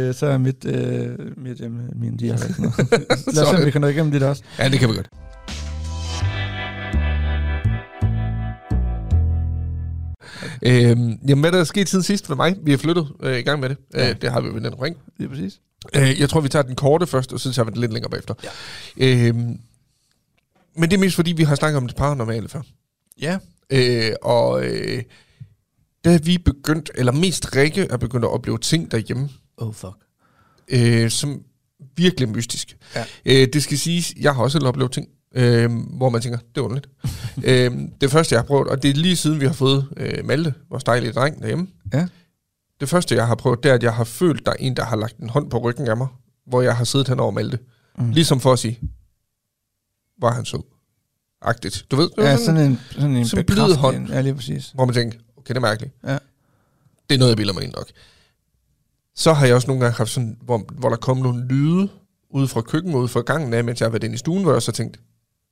min dialekt. Lad os se, om vi kan nå igennem det også. Ja, det kan vi godt. Jamen, hvad der er sket siden sidst for mig? Vi har flyttet i gang med det. Ja. Det har vi jo ved den ring. Det er præcis. Jeg tror, vi tager den korte først, og så tager vi den lidt længere bagefter. Ja. Men det er mest fordi, vi har snakket om det paranormale før. Ja. Der er vi begyndt, eller mest Rikke er begyndt at opleve ting derhjemme. Oh fuck. Som virkelig mystisk. Ja. Det skal siges, jeg har også oplevet ting, hvor man tænker, det er underligt. Det første, jeg har prøvet, og det er lige siden vi har fået Malte, vores dejlige dreng derhjemme. Ja. Det første, jeg har prøvet, det er, at jeg har følt, der er en, der har lagt en hånd på ryggen af mig, hvor jeg har siddet hen over Malte. Ligesom for at sige, hvor er han sød. Agtigt. Du ved? Ja, sådan en blid hånd. Ja, lige præcis. Hvor man tænker, okay, det er mærkeligt. Ja. Det er noget, jeg bilder mig ind nok. Så har jeg også nogle gange haft sådan, hvor der kom nogle lyde ude fra køkkenet, ude fra gangen af, mens jeg har været inde i stuen, hvor jeg så tænkte,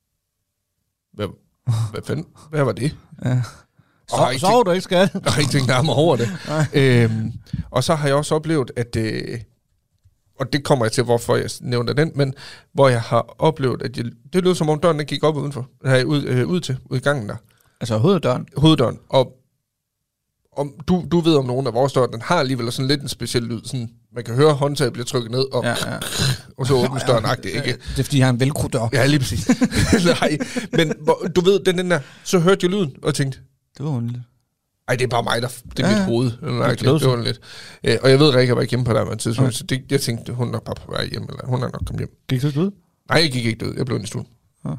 hvad fanden? Hvad var det? Ja. Sov du ikke, skat? Jeg har ikke tænkt nærmere over det. Og så har jeg også oplevet, at og det kommer jeg til, hvorfor jeg nævner den, men hvor jeg har oplevet, at det lød som om døren gik op udenfor, ud i gangen der. Altså hoveddøren? Hoveddøren. Og du ved om nogen af vores dør, den har alligevel sådan lidt en speciel lyd, sådan man kan høre håndtaget bliver trykket ned, og så åbnes døren-agtigt, ikke? Det er fordi, jeg har en velcro-dør. Ja, lige præcis. Nej, men du ved, den der, så hørte jeg lyden, og tænkte, det var underligt. Ej, det er bare mig, det er mit hoved. Det var underligt. Og jeg ved, at Rikke var ikke hjemme på der tidspunkt, så jeg tænkte, hun er nok bare på vej hjem, eller hun er nok kommet hjem. Gik du ikke ud? Nej, jeg gik ikke ud. Jeg blev inde i stuen.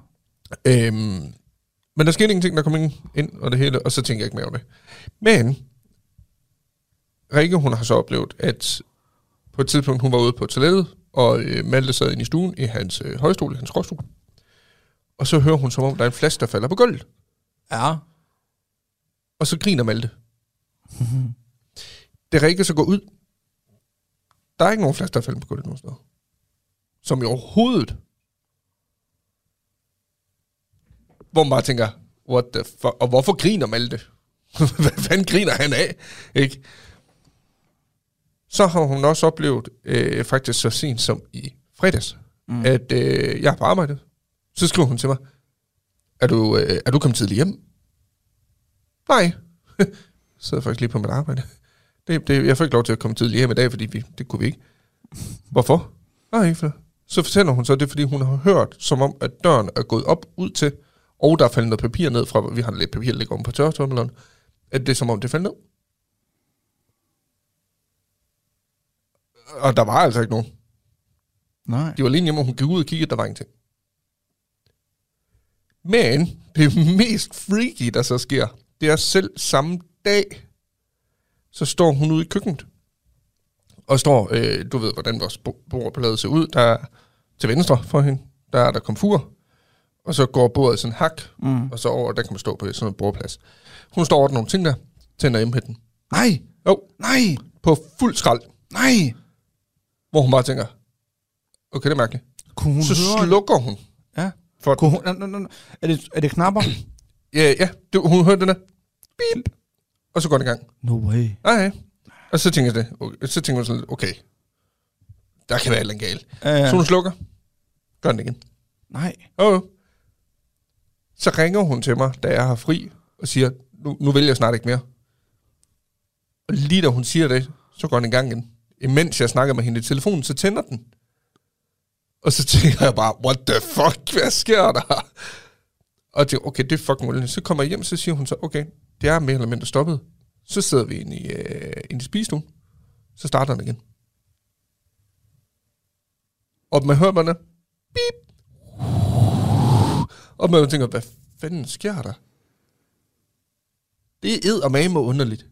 Men der skete ingenting, der kom ind og det hele, og så tænkte jeg ikke mere over det. Men Rikke, hun har så oplevet, at på et tidspunkt, hun var ude på toilettet, og Malte sad inde i stuen i hans højstol, i hans råstol. Og så hører hun som om, der er en flaske, der falder på gulvet. Ja. Og så griner Malte. Det Rikke så går ud. Der er ikke nogen flaske, der falder på gulvet nogen steder. Som i overhovedet. Hvor man bare tænker, what the fuck? Og hvorfor griner Malte? Hvad fanden griner han af? Ikke? Så har hun også oplevet, faktisk så sent som i fredags, at jeg er på arbejde. Så skriver hun til mig, er du kommet tidligt hjem? Nej. Så sidder jeg faktisk lige på mit arbejde. Jeg får ikke lov til at komme tidligt hjem i dag, fordi det kunne vi ikke. Hvorfor? Nej, ikke for. Så fortæller hun så, det er fordi hun har hørt, som om at døren er gået op ud til, og der er faldet noget papir ned fra, vi har lidt papir, der ligger om på tørretumbeleren, at det er som om det faldt ned. Og der var altså ikke nogen. Nej. De var lige hjemme, og hun gik ud og kiggede, der var ingenting. Men det mest freaky, der så sker, det er selv samme dag, så står hun ude i køkkenet. Og står, du ved, hvordan vores bordplade ser ud. Der er til venstre for hende, der er der komfur. Og så går bordet sådan hak, og så over, der kan man stå på sådan en bordplads. Hun står over nogle ting der, tænder hjemmehætten. Nej! Jo. Nej! På fuld skrald. Nej! Hvor hun bare tænker, okay, det er mærkeligt. Kunne hun så høre slukker hun. Ja. For Kunne hun, er det knapper? Ja, hun hørte den der. Beep. Og så går det i gang. No way. Nej. Og så tænker jeg det. Okay. Så tænker hun sådan, okay, der kan være alt galt. Så hun slukker. Gør den igen. Nej. Så ringer hun til mig, da jeg har fri, og siger, nu vil jeg snart ikke mere. Og lige da hun siger det, så går den i gang igen. Imens jeg snakker med hende i telefonen, så tænder den. Og så tænker jeg bare, what the fuck, hvad sker der? Og det, okay, det er fucking uheldigt. Så kommer jeg hjem, så siger hun så, okay, det er mere eller mindre stoppet. Så sidder vi inde i spisestuen. Så starter den igen. Og man hører bare beep. Og man tænker, hvad fanden sker der? Det er eddermame underligt.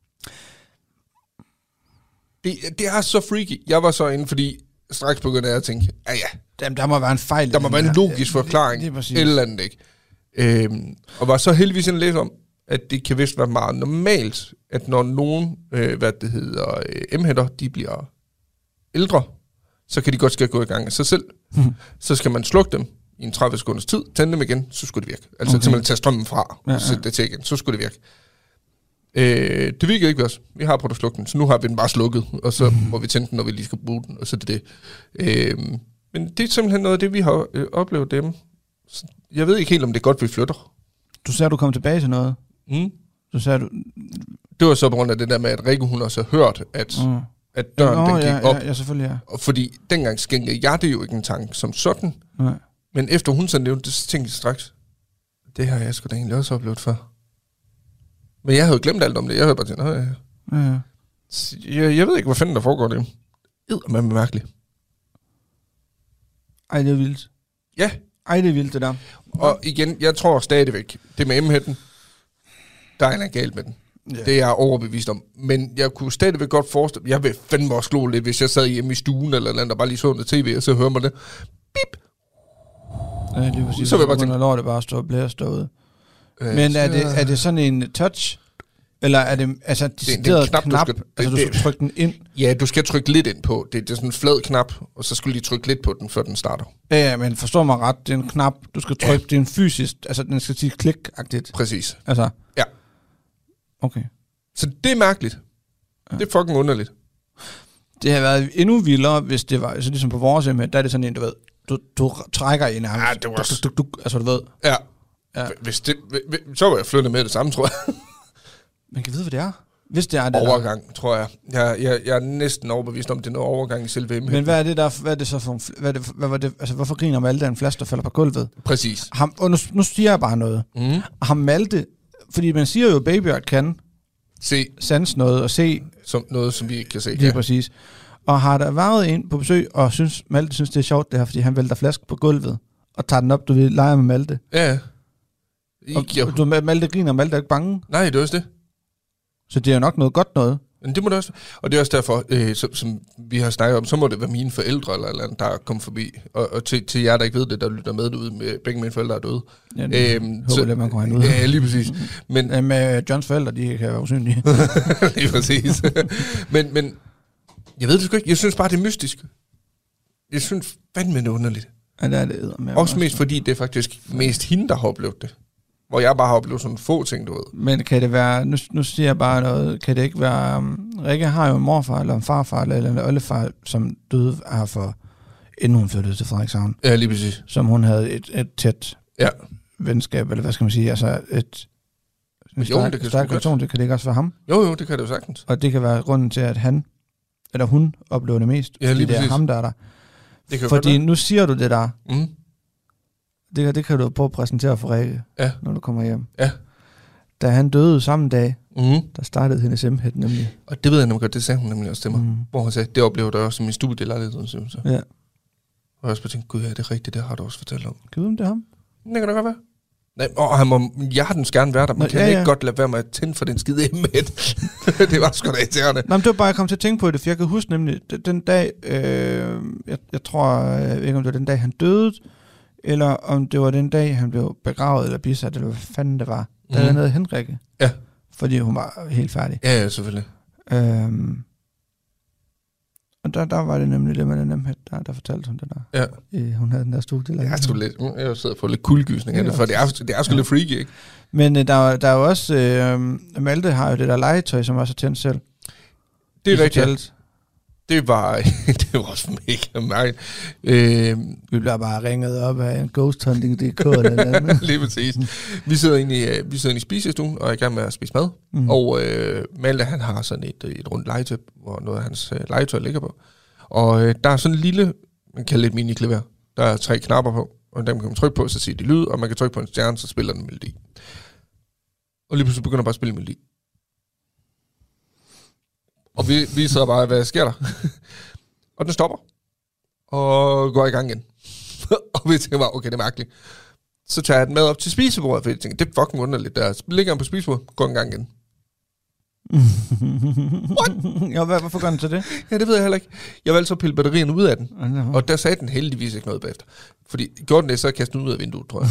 Det er så freaky. Jeg var så inde, fordi straks begyndte jeg at tænke, ja. Der må være en fejl. Der må være en logisk forklaring. Eller andet ikke. Og var så heldigvis en læse om, at det kan vist være meget normalt, at når nogen, M-hætter, de bliver ældre, så kan de godt skal gå i gang af sig selv. Så skal man slukke dem i en 30 sekunders tid, tænde dem igen, så skulle det virke. Altså simpelthen tage strømmen fra, og sætte det til igen, så skulle det virke. Det virker ikke ved os. Vi har prøvet at slukke den, så nu har vi den bare slukket, og så må vi tænde den, når vi lige skal bruge den, og så er det det. Men det er simpelthen noget af det, vi har oplevet dem. Jeg ved ikke helt, om det er godt, vi flytter. Du sagde, du kom tilbage til noget. Du sagde, Det var så på grund af det der med, at Rikke, hun også har hørt, at døren den gik op. Ja, selvfølgelig, ja. Og fordi dengang skænkede jeg det jo ikke en tanke som sådan. Nej. Men efter hun så nævnte det, så tænkte jeg straks, det har jeg sgu da egentlig også oplevet før. Men jeg havde jo glemt alt om det. Jeg havde bare tænkt, jeg ved ikke, hvad fanden der foregår det. Men det er mærkeligt. Ej, det er vildt. Ja. Ej, det er vildt, det der. Og igen, jeg tror stadigvæk, det med M-hætten, der er noget galt med den. Yeah. Det er jeg overbevist om. Men jeg kunne stadigvæk godt forestille, jeg vil fandme også slå lidt, hvis jeg sad hjemme i stuen eller andet, og bare lige så noget tv, og så hører man det. Bip! Ja, lige præcis. Så vil jeg bare tænke, når det bare står og blæser derude. Men er det sådan en touch? Eller er det altså det er en knap? Du skal trykke den ind? Ja, du skal trykke lidt ind på. Det er sådan en flad knap, og så skal du lige trykke lidt på den, før den starter. Ja, men forstår mig ret, det er en knap, du skal trykke, det er en fysisk, altså den skal sige klik-agtigt. Præcis. Altså? Ja. Okay. Så det er mærkeligt. Det er fucking underligt. Det har været endnu vildere, hvis det var, så ligesom på vores hjemme, der er det sådan en, du ved, du trækker i nærmest. Ja, det var altså du ved. Ja. Hvis det, så var jeg flyttet med det samme, tror jeg. Man kan vide, hvad det er. Hvis det er det overgang, der. Tror jeg. Jeg er næsten overbevist om, det er noget overgang i selve M-hætten. Men hvad er det så for hvad var det, altså hvorfor griner Malte af en flaske, der falder på gulvet? Præcis. Og nu siger jeg bare noget. Ham Malte, fordi man siger jo, at babyer kan sanse noget og se som noget, som vi ikke kan se. Det er præcis. Og har der været en på besøg, og Malte synes, det er sjovt det her, fordi han vælter flaske på gulvet, og tager den op, du vil lege med Malte. Ja. Og Malte griner, og Malte er ikke bange. Nej, det er også det. Så det er jo nok noget godt noget. Men det må det også. Og det er også derfor, som vi har snakket om, så må det være mine forældre eller andet, der er kommet forbi. Og til jer, der ikke ved det, der lytter med derude, med begge mine forældre er døde. Ja, håber det, man kunne have ud. Ja, lige præcis. Men med Johns forældre, de kan være usynlige. lige præcis. men jeg ved det sgu ikke. Jeg synes bare, det er mystisk. Jeg synes fandme det er underligt. Ja, det er det. Også mest fordi, det er faktisk mest hende, der har oplevet det. Hvor jeg bare har oplevet sådan få ting, du ved. Men kan det være, nu siger jeg bare noget, kan det ikke være, Rikke har jo en morfar, eller en farfar, eller en oldefar, som døde her for, inden hun flyttede til Frederikshavn. Ja, lige præcis. Som hun havde et tæt venskab, eller hvad skal man sige, altså stærk relation, det kan det ikke også være ham? Jo, det kan det jo sagtens. Og det kan være grunden til, at han, eller hun, oplever det mest, ja, fordi det er ham, der er der. Det kan fordi nu siger du det der, det kan du prøve at præsentere for Rikke, når du kommer hjem. Ja. Da han døde samme dag, der startede hendes M-hæt nemlig. Og det ved jeg nemlig godt, det sagde hun nemlig også til mig. Hvor hun sagde, det oplevede jeg også i min studielejlighed, synes jeg. Ja. Og jeg også bare tænkte, gud ja, det er rigtigt, det har du også fortalt om. Kan du vide, om det er ham? Det kan da godt være. Nej, han må hjertens gerne være der, men kan ikke godt lade være med at tænde for den skide emmet. Det var sgu da irriterende. Nej, men det var bare, jeg kom til at tænke på det, for jeg kan huske nemlig, den dag, jeg tror ikke, om det var den dag, han døde, eller om det var den dag, han blev begravet eller bisat, eller hvad fanden det var. Der var nede Henrikke. Ja. Fordi hun var helt færdig. Ja, selvfølgelig. Og der var det nemlig det med den nemhed, der fortalte hun det der. Ja. Hun havde den der studie. Jeg sidder på lidt kuldegysning af det, for det er sgu lidt freaky, ikke? Men der er jo også, Malte har jo det der legetøj, som også er tændt selv. Det er rigtigt. Det var også mega mærkeligt. Vi bliver bare ringet op af en ghosthunting.dk eller andet. Lige præcis. Vi sidder inde i spisestuen og er i gang med at spise mad. Og Malte, han har sådan et rundt legetøj, hvor noget af hans legetøj ligger på. Og der er sådan en lille, man kalder det et mini-klaver. Der er 3 knapper på, og dem kan man trykke på, så siger de lyd, og man kan trykke på en stjerne, så spiller den melodi. Og lige pludselig begynder bare at spille melodi. Og vi sidder bare, hvad sker der? Og den stopper. Og går i gang igen. Og vi tænker bare, okay, det er mærkeligt. Så tager jeg den med op til spisebordet, for jeg tænker, det er fucking underligt der. Så ligger han på spisebordet, går en gang igen. What? Ja, hvorfor gør den til det? Ja, det ved jeg heller ikke. Jeg valgte så at pille batterien ud af den. Og der sagde den heldigvis ikke noget bagefter. Fordi gjorde den det, så kastede den ud af vinduet, tror jeg.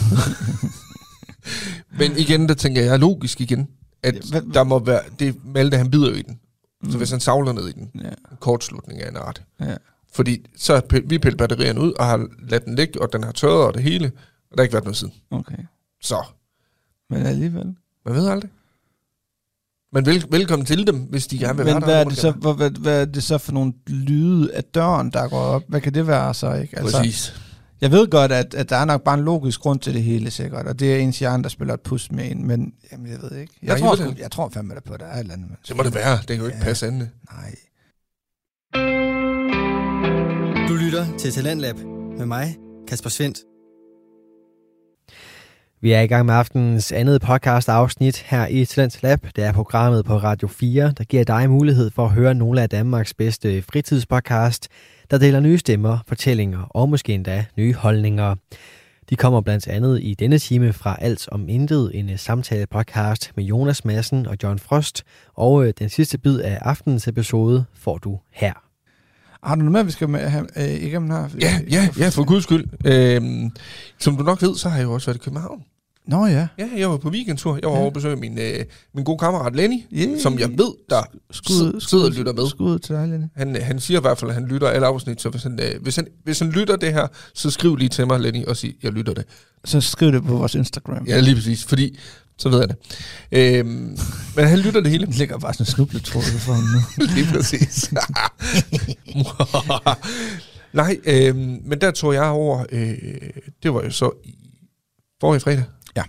Men igen, der tænker jeg logisk igen, at der må være, det Malte, han bider jo i den. Så hvis han savler ned i den, en kortslutning af en art. Ja. Fordi så har vi pillet batterierne ud, og har ladt den ligge, og den har tørret og det hele, og der har ikke været noget siden. Okay. Så. Men alligevel. Man ved aldrig. Men velkommen til dem, hvis de gerne vil være der. Men hvad er det så for nogle lyde af døren, der går op? Hvad kan det være så, ikke? Altså, præcis. Jeg ved godt, at der er nok bare en logisk grund til det hele, sikkert. Og det er ens hjerne, der spiller et pus med en. Men jamen, jeg ved ikke. Jeg tror fandme på, at der er et eller andet. Det må det være. Det kan jo ikke passe andet. Nej. Du lytter til Talentlab med mig, Kasper Svendt. Vi er i gang med aftenens andet podcast-afsnit her i Talentlab. Det er programmet på Radio 4, der giver dig mulighed for at høre nogle af Danmarks bedste fritidspodcast, der deler nye stemmer, fortællinger og måske endda nye holdninger. De kommer blandt andet i denne time fra Alt om Intet, en samtale-podcast med Jonas Madsen og John Frost, og den sidste bid af aftenens episode får du her. Har du noget med, vi skal have igennem her? Ja, for guds skyld. Som du nok ved, så har jeg jo også været i København. Nå ja. Ja, jeg var på weekendtur. Jeg var over at besøge min gode kammerat Lenny, som jeg ved, der sidder og lytter med. Skud til dig, Lenny. Han siger i hvert fald, at han lytter alle afsnit, så hvis han lytter det her, så skriv lige til mig, Lenny, og sig, jeg lytter det. Så skriv det på vores Instagram. Ja, lige præcis, fordi så ved jeg det. Men han lytter det hele. Det ligger bare sådan en snubletråd for ham nu. Lige præcis. Nej, men der tog jeg over, det var jo så forrige fredag. Ja.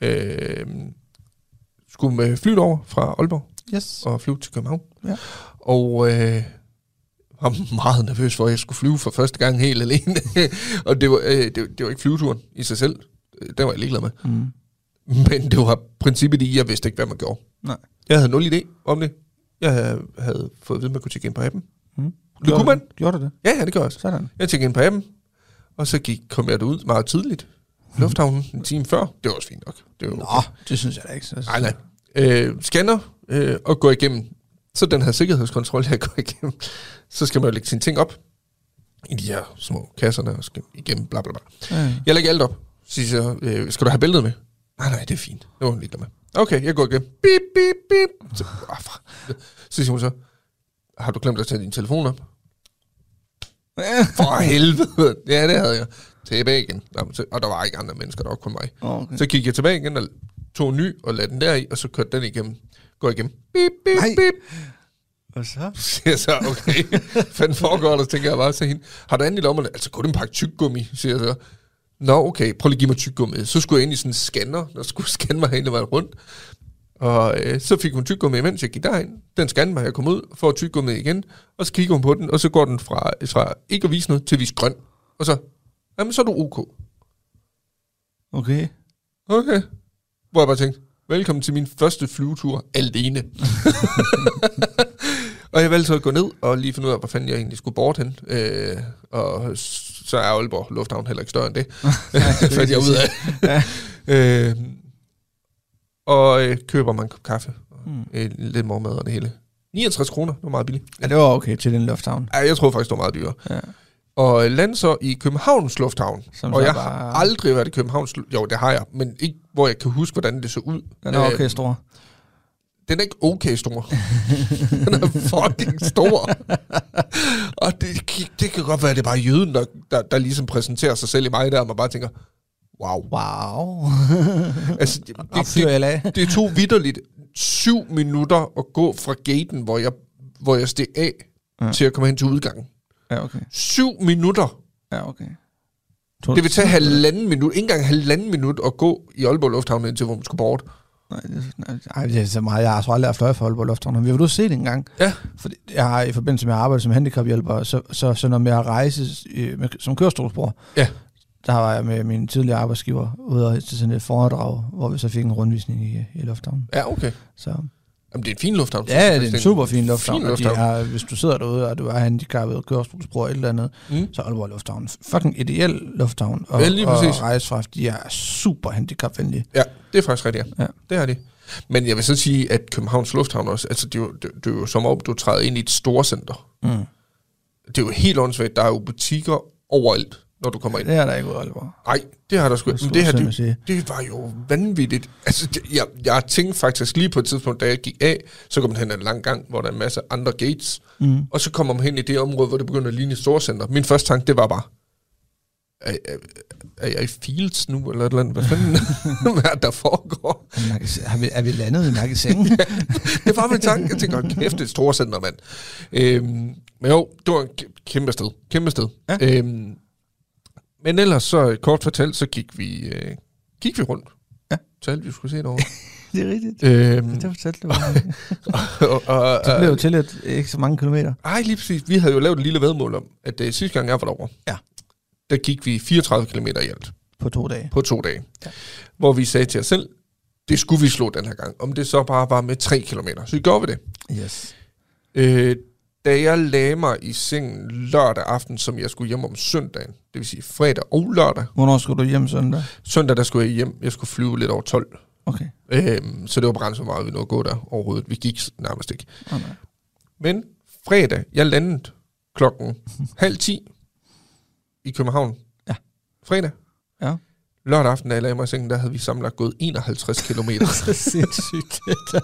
Skulle med flyet over fra Aalborg. Yes. Og flyve til København. Ja. Og var meget nervøs for, at jeg skulle flyve for første gang helt alene. Og det var ikke flyveturen i sig selv. Det var jeg ligeglad med. Mm. Men det var princippet i, jeg vidste ikke, hvad man gjorde. Nej. Jeg havde nul idé om det. Jeg havde fået at vide, at man kunne tjekke ind på appen. Mm. Det kunne man. Gjorde du det? Ja, det gør jeg også. Sådan. Jeg tjekkede ind på appen, og så kom jeg derud meget tidligt. Lufthavnen en time før. Det var også fint nok. Det var okay. Det synes jeg da ikke. Nej. Scanner og gå igennem. Så den her sikkerhedskontrol, jeg går igennem, så skal man jo lægge sine ting op i de her små kasserne og skal igennem bla bla bla. Jeg lægger alt op. Så siger jeg, skal du have billedet med? Nej, det er fint. Det var hun ligeglad med. Okay, jeg går igennem. Bip, bip, bip. Så siger hun så, har du glemt at tage din telefon op? For helvede. Ja, det havde jeg. Tilbage igen. Og der var ikke andre mennesker, der var kun mig. Okay. Så gik jeg tilbage igen og tog en ny og lagde den der i, og så kørte den igennem. Går igennem. Bip, bip, bip. Og så? Siger så, okay. Fanden foregår der, tænker jeg bare til hende. Har du andet i lommerne? Altså, kunne du en pakke tyggegummi, siger jeg så. Nå, okay, prøv lige at give mig tyggegummi. Så skulle jeg ind i sådan en scanner, der skulle scanne mig hele vejen rundt. Og så fik hun tyggegummi, mens jeg gik derind. Den scannede mig, jeg kom ud, får tyggegummi igen, og så kigger hun på den, og så går den fra ikke at vise noget til at vise grøn. Og så, jamen så er du OK. Okay. Hvor jeg bare tænkte, velkommen til min første flyvetur alene. Og jeg valgte så at gå ned og lige finde ud af, hvor fanden jeg egentlig skulle bort hen. Og så er Aalborg Lufthavn heller ikke større end det. Fandt jeg ud af. Køber man en kop kaffe. Lidt morgenmad og det hele. 69 kroner, det var meget billigt. Ja, det var okay til en lufthavn. Ja, jeg tror faktisk, det var meget dyrere. Ja. Og lander så i Københavns Lufthavn. Og jeg har aldrig været i Københavns Lufthavn. Jo, det har jeg, men ikke, hvor jeg kan huske, hvordan det så ud. Den er okay stor. Den er ikke okay stor. Den er fucking stor. Og det kan godt være, at det er bare jøden, der ligesom præsenterer sig selv i mig der, og man bare tænker, wow. Altså, det tog vitterligt 7 minutter at gå fra gaten, hvor jeg steg af, til at komme hen til udgangen. Ja, okay. 7 minutter. Ja, okay. Det vil tage 1,5 minut, ikke engang 1,5 minut at gå i Aalborg Lufthavn, indtil hvor man skulle bort. Nej, det er så meget. Jeg har aldrig haft fløjet for Aalborg Lufthavn. Vi har jo set det engang. Ja. Fordi jeg har i forbindelse med at arbejde som handicaphjælper, så når jeg rejse som kørestolsbror, ja. Der var jeg med min tidligere arbejdsgiver ude til sådan et foredrag, hvor vi så fik en rundvisning i lufthavnen. Ja, okay. Så. Jamen, det er en fin lufthavn. Ja, det er en super fin lufthavn. Hvis du sidder derude, og du er handicappet, kørestolsbror eller andet, så er Aalborg Lufthavn fucking ideel lufthavn. Og rejse fra, de er super handicapvenlige. Ja, det er faktisk rigtigt, ja. Det er de. Men jeg vil så sige, at Københavns Lufthavn også, altså det er jo som om, du træder ind i et storcenter. Det er jo helt åndssvagt. Der er jo butikker overalt, når du kommer ind. Det er der ikke ud af Aalborg. Nej, det har der sgu ikke. Men det her, det var jo vanvittigt. Altså, jeg tænkte faktisk lige på et tidspunkt, da jeg gik af, så kom man hen en lang gang, hvor der er en masse andre gates, og så kommer man hen i det område, hvor det begynder at ligne et storcenter. Min første tanke, det var bare, er jeg i Fields nu, eller et eller andet? Hvad fanden hvad er der foregår? Er vi landet i Nakkesengen? Ja, det var min tanke. Jeg tænkte, kæft, det er et storcenter, mand. Men jo, det var et kæmpe sted. Ja. Men ellers så kort fortalt, så gik vi rundt. Ja. Så alt vi skulle se derovre. Det er rigtigt. Det fortalte du. Det blev jo til ikke så mange kilometer. Nej, lige præcis. Vi havde jo lavet et lille vedmål om, at sidste gang jeg var derovre, der gik vi 34 kilometer i alt. På 2 dage. På 2 dage. Ja. Hvor vi sagde til os selv, det skulle vi slå den her gang. Om det så bare var med 3 kilometer. Så gjorde vi det. Yes. Da jeg lagde mig i sengen lørdag aften, som jeg skulle hjem om søndagen, det vil sige fredag og lørdag. Hvornår skulle du hjem søndag? Søndag, der skulle jeg hjem. Jeg skulle flyve lidt over 12. Okay. Så det var begrænset meget, vi nåede at gå der overhovedet. Vi gik nærmest ikke. Okay. Men fredag, jeg landede 9:30 i København. Ja. Fredag. Ja. Lørdag aften, da jeg lagde mig i sengen, der havde vi samlet gået 51 kilometer. Så sindssygt.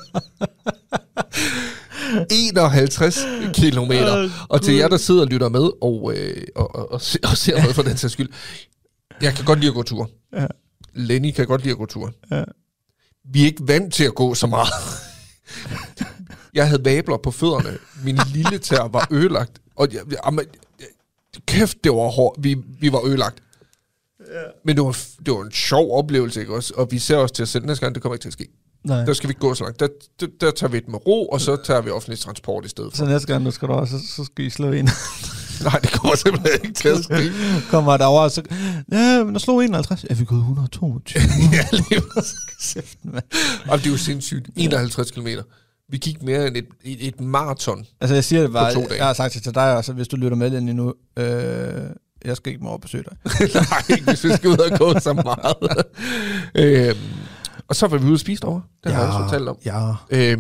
51 kilometer. Og til jer, der sidder og lytter med og ser noget for den sags skyld. Jeg kan godt lide at gå tur. Ja. Lenny kan godt lide at gå tur. Ja. Vi er ikke vant til at gå så meget. Jeg havde vabler på fødderne. Min lille tær var ødelagt. Og kæft, det var hårdt. Vi var ødelagt. Ja. Men det var en sjov oplevelse, ikke også? Og vi ser også til os selv, næste gang, det kommer ikke til at ske. Nej. Der skal vi ikke gå så langt. Der tager vi et med ro, og så tager vi offentlig transport i stedet for. Så næste gang, skal du også, så skal I slå ind. Nej, det kommer simpelthen ikke til at ske. Kommer derovre, og så... Ja, men der slog 51. Ja, vi er gået 122. Ja, lige og det er jo sindssygt. 51 kilometer. Vi gik mere end et maraton. Altså, jeg siger det bare, jeg har sagt det til dig også, hvis du lytter med den endnu, jeg skal ikke må besøge dig. Nej, ikke hvis vi skal ud og gå så meget. Og så var vi ude at spise derovre. Det har jeg også fortalt om. Ja.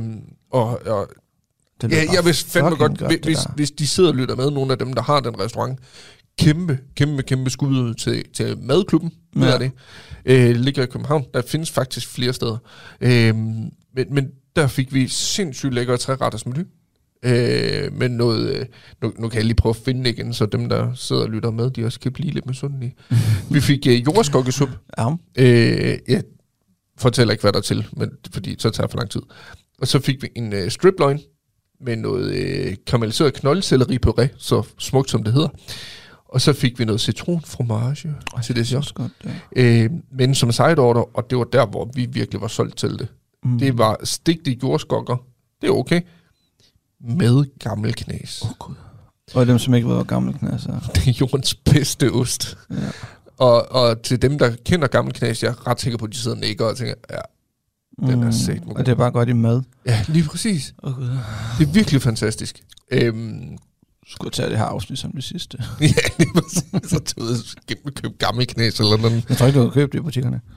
Jeg vil fandme godt, hvis de sidder og lytter med, nogle af dem, der har den restaurant, kæmpe skud til madklubben. Ja. Det ligger i København. Der findes faktisk flere steder. Men der fik vi sindssygt lækkere 3-retters menu. Men noget, nu kan jeg lige prøve at finde det igen, så dem, der sidder og lytter med, de også kan blive lidt misundelige. Vi fik jordskokkesuppe. Ja. Jeg fortæller ikke, hvad der er til, men, fordi så tager det for lang tid. Og så fik vi en strip loin med noget karamelliseret knoldselleripuré, så smukt som det hedder. Og så fik vi noget citronfromage til det så. Men som side order, og det var der, hvor vi virkelig var solgt til det. Det var stigte jordskokker. Det er okay. Med gammelknæs. God. Og dem, som ikke ved, hvad gammelknæs er. Det er jordens bedste ost. Ja. Og til dem, der kender gammelknæs, jeg er ret sikker på, at de sidder og nikker og tænker, ja, den er sæt. Og det er bare godt i mad. Ja, lige præcis. Det er virkelig fantastisk. Skulle tage det her afsnit som det sidste. Ja, lige præcis. Så tog jeg købe gammelknæs eller noget. Jeg tror ikke, du har købt det i butikkerne.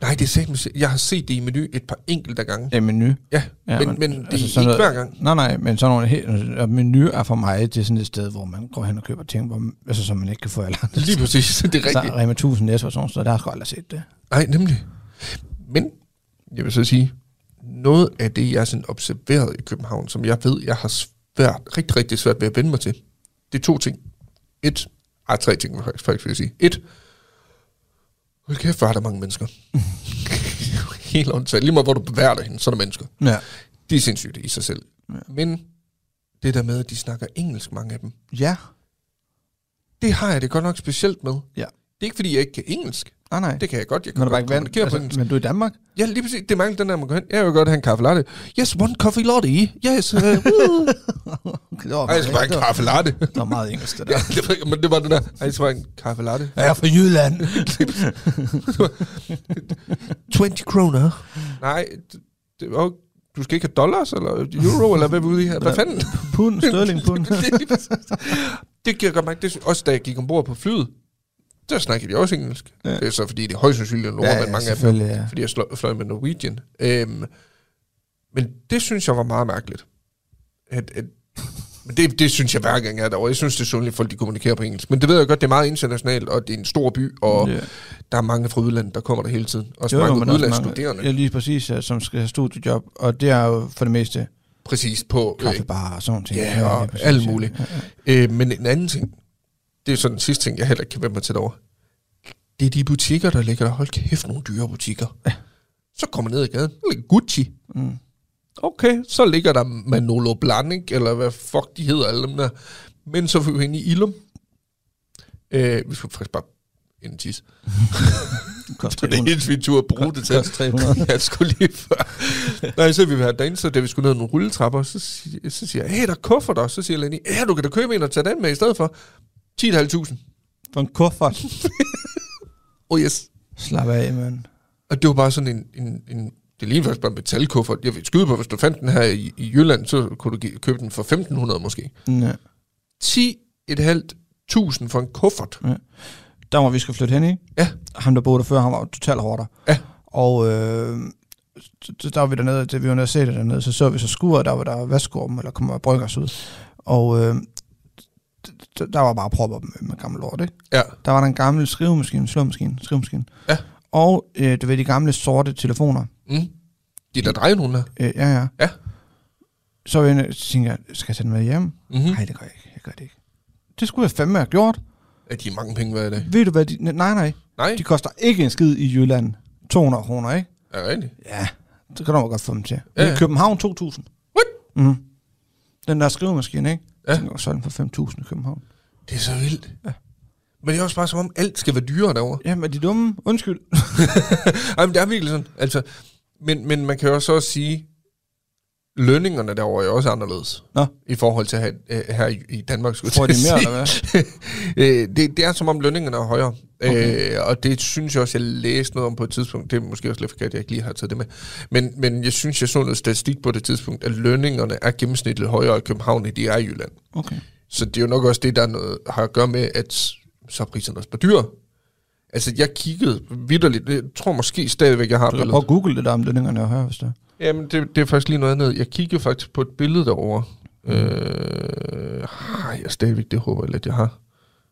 Nej, det er sagt, jeg har set det i Menu et par enkelte gange. Ja, Menu. Ja, men det er ikke hver gang. Nej, men sådan nogle Menu er for mig, det er sådan et sted, hvor man går hen og køber ting, som man ikke kan få alle andre. Lige præcis, det er rigtigt. Så Rema 1000 Netto og sådan noget, der har jeg sgu aldrig set det. Nej, nemlig. Men, jeg vil så sige, noget af det, jeg er sådan observeret i København, som jeg ved, jeg har rigtig, rigtig svært ved at vende mig til, det er 2 ting. 3 ting faktisk vil jeg sige. 1, hold kæft, hvor er der mange mennesker. Helt åndssvagt. Lige meget, hvor du bevæger dig hen, så er der mennesker. Ja. De er sindssygt i sig selv. Ja. Men det der med, at de snakker engelsk, mange af dem. Ja. Det har jeg det godt nok specielt med. Ja. Det er ikke, fordi jeg ikke kan engelsk. Nej. Det kan jeg godt. Jeg kan godt kommunikere på engelsk. Men du er i Danmark? Ja, lige præcis. Det er mange, den der, man går hen. Jeg vil godt have en kaffe latte. Yes, one coffee latte. Yes. Jeg skal bare en kaffe latte. Det var meget engelsk, det der. Ja, men det var den der. Jeg skal bare en kaffe latte. Jeg er fra Jylland. 20 kroner. Nej, du skal ikke have dollars, eller euro, eller hvad vi ude i her. Hvad fanden? Pund, sterling pund. Det giver godt mærke. Også da jeg gik ombord på flyet, der snakkede de også engelsk. Ja. Det er så, fordi det er højst sandsynligt nordmænd, mange af dem. Ja. Fordi jeg fløj med Norwegian. Men det synes jeg var meget mærkeligt. Men det synes jeg hver gang jeg er derovre. Jeg synes, det er sundt, at folk de kommunikerer på engelsk. Men det ved jeg godt, det er meget internationalt, og det er en stor by, og der er mange fra udlandet, der kommer der hele tiden. Også mange udlandsstuderende. Ja, lige præcis, som skal have studiejob, og det er jo for det meste præcis på kaffebar og sådan ting. Ja, og alt muligt. Ja. Men en anden ting, det er sådan den sidste ting, jeg heller ikke kan vende mig til derovre. Det er de butikker, der ligger der. Hold kæft, nogle dyre butikker. Ja. Så kommer ned i gaden. Der ligger Gucci. Mm. Okay, så ligger der Manolo Blahnik, eller hvad fuck de hedder, alle dem der. Men så får vi ind i Ilum. Vi skal faktisk bare ind i tis. Det er det helt vi tur at bruge det til. Kost 300. Jeg skulle lige før. Nej, så vi vil have derinde, så da vi skulle ned nogle rulletrapper, så siger jeg, hey, der er kufferter. Så siger Lenny, ja, du kan da købe en og tage den med i stedet for. 10.500. For en kuffert. Yes. Slap af, mand. Og det var bare sådan en det ligner faktisk bare en metalkuffert. Jeg vil skyde på, hvis du fandt den her i Jylland, så kunne du købe den for 1.500 måske. Ja. 10.500 for en kuffert. Ja. Der var vi skal flytte hen i. Ja. Ham, der boede der før, han var totalt hårdt. Ja. Og der var vi dernede, da vi var nede og se det dernede, så vi så skuret, der var der vaskegården, eller kommer bryggers ud. Og der var bare propper med gammel lort, ikke? Ja. Der var der en gammel skrivemaskine. Ja. Og du ved, de gamle sorte telefoner. Mm. De der drejer nogen der? Ja. Så tænkte jeg, skal jeg tage den med hjem? Mm-hmm. Nej, det gør jeg ikke. Jeg gør det ikke. Det skulle jeg fandme have gjort. Er de mange penge værd i dag? Ved du hvad? Nej. De koster ikke en skid i Jylland. 200 kroner, ikke? Er det rigtigt? Ja, det kan du godt få dem til. Ja. I København 2.000. What? Mm. Den der skrivemaskine, ikke? Ja. Den går sådan for 5.000 i København. Det er så vildt. Ja. Men det er også bare som om, alt skal være dyrere derovre. Jamen, er de dumme? Undskyld. Jamen, det er virkelig sådan. Altså, men man kan jo også sige, lønningerne derovre er også anderledes. Nå. I forhold til her i Danmark. Tror de mere, eller hvad? det er som om lønningerne er højere. Okay. Og det synes jeg også, jeg læste noget om på et tidspunkt. Det er måske også lidt forkert, jeg ikke lige har taget det med. Men jeg synes, jeg så noget statistik på det tidspunkt, at lønningerne er gennemsnitligt højere i København, end de er i Jylland. Okay. Så det er jo nok også det, der har at gøre med, at så er priserne også på dyr. Altså, jeg kiggede vitterligt. Jeg tror måske stadigvæk, jeg har billedet. Prøv at google det der om lønningerne og høre, hvis det. Jamen, det er faktisk lige noget andet. Jeg kiggede faktisk på et billede derovre. Jeg stadigvæk, det håber jeg lidt, jeg har.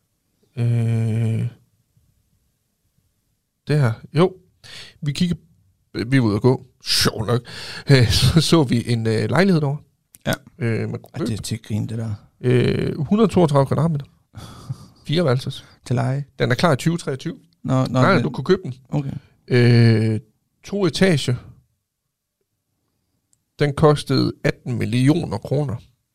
Det her. Jo. Vi var ude at gå. Sjov nok. Så vi en lejlighed derovre. Ja. Det er til grin, det der. 132 kvadratmeter. 4 værelses. Til leje. Den er klar i 2023. Nej, du kunne købe den. Okay. 2 etager. Den kostede 18 millioner kroner.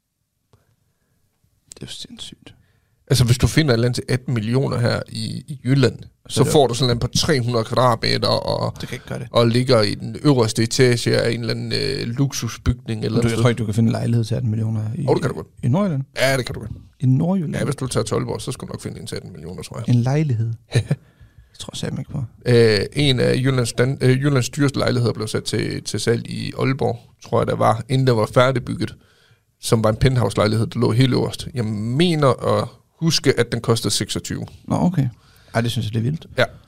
Det er jo sindssygt. Altså, hvis du finder et eller andet til 18 millioner her i Jylland, så får du sådan en på 300 kvadratmeter, og, det kan ikke gøre det. Og ligger i den øverste etage af en eller anden luksusbygning. Eller jeg tror ikke, du kan finde en lejlighed til 18 millioner det kan du godt. I Nordjylland? Ja, det kan du godt. I Nordjylland? Ja, hvis du tager 12 år, så skal du nok finde en til 18 millioner, tror jeg. En lejlighed? Det tror jeg simpelthen ikke på. En af Jyllands dyreste lejligheder blev sat til salg i Aalborg, tror jeg, der var, inden der var færdigbygget, som var en penthouse-lejlighed, der lå helt øverst. Jeg mener at huske, at den kostede 26. Nå, okay. Ej, det synes jeg, det er vildt. Ja.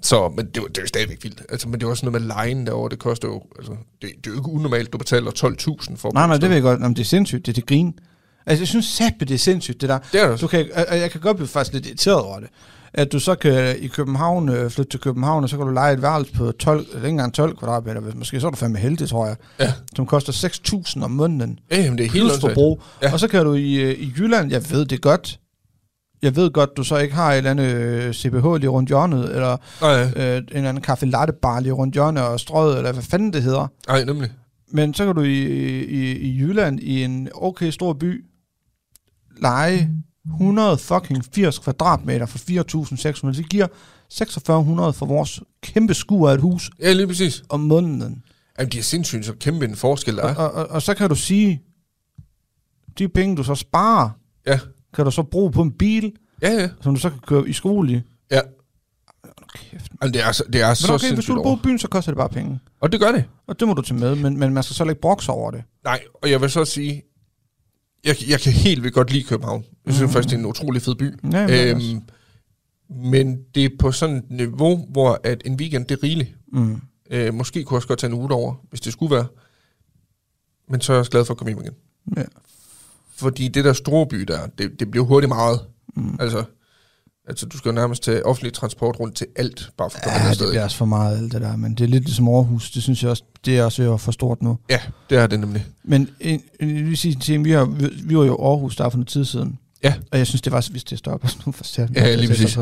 Så, men det er jo stadigvæk vildt. Altså, men det var sådan noget med lejen derovre, det koster jo, altså, det er jo ikke unormalt, du betaler 12.000 for. Nej, det ved jeg godt. Jamen, det er sindssygt, det er grin. Altså, jeg synes sæbe, det er sindssygt, det der. Det er det. Jeg kan godt blive faktisk lidt irriteret over det. At du så kan i København, flytte til København, og så kan du leje et værelse på 12 kvadratmeter. Måske så er du fandme heldig, tror jeg. Ja. Som koster 6.000 om måneden. Jamen, det er helt forbrug. Ja. Og så kan du i Jylland, jeg ved det godt. Jeg ved godt, du så ikke har et eller andet CBH lige rundt hjørnet, eller en eller anden kaffe latte bar lige rundt hjørnet og strøget, eller hvad fanden det hedder. Nej, nemlig. Men så kan du i Jylland, i en okay stor by, leje 180 kvadratmeter for 4.600. Det giver 4.600 for vores kæmpe skur af et hus. Ja, lige præcis. Om måneden. Jamen, de er sindssygt så kæmpe en forskel, der er. Og så kan du sige, de penge, du så sparer, kan du så bruge på en bil, som du så kan køre i skole i. Ja. Kæft. Jamen, det er så sindssygt. Hvis du bor i byen, så koster det bare penge. Og det gør det. Og det må du tage med, men man skal så ikke brokse over det. Nej, og jeg vil så sige, jeg kan helt vildt godt lide København. Jeg synes faktisk, det er en utrolig fed by. Ja, men det er på sådan et niveau, hvor at en weekend, det er rigeligt. Måske kunne jeg også godt tage en uge derover, hvis det skulle være. Men så er jeg også glad for at komme hjem igen. Ja. Fordi det der store by der, det bliver hurtigt meget. Altså, du skal jo nærmest tage offentlig transport rundt til alt, bare for at komme afsted. Det bliver også for meget alt det der, men det er lidt ligesom Aarhus. Det synes jeg også, det er også for stort nu. Ja, det er det nemlig. Men jeg vil sige til vi var jo Aarhus der for noget tid siden. Ja. Og jeg synes, det var, hvis det stopper nu for selv. Ja, lige præcis.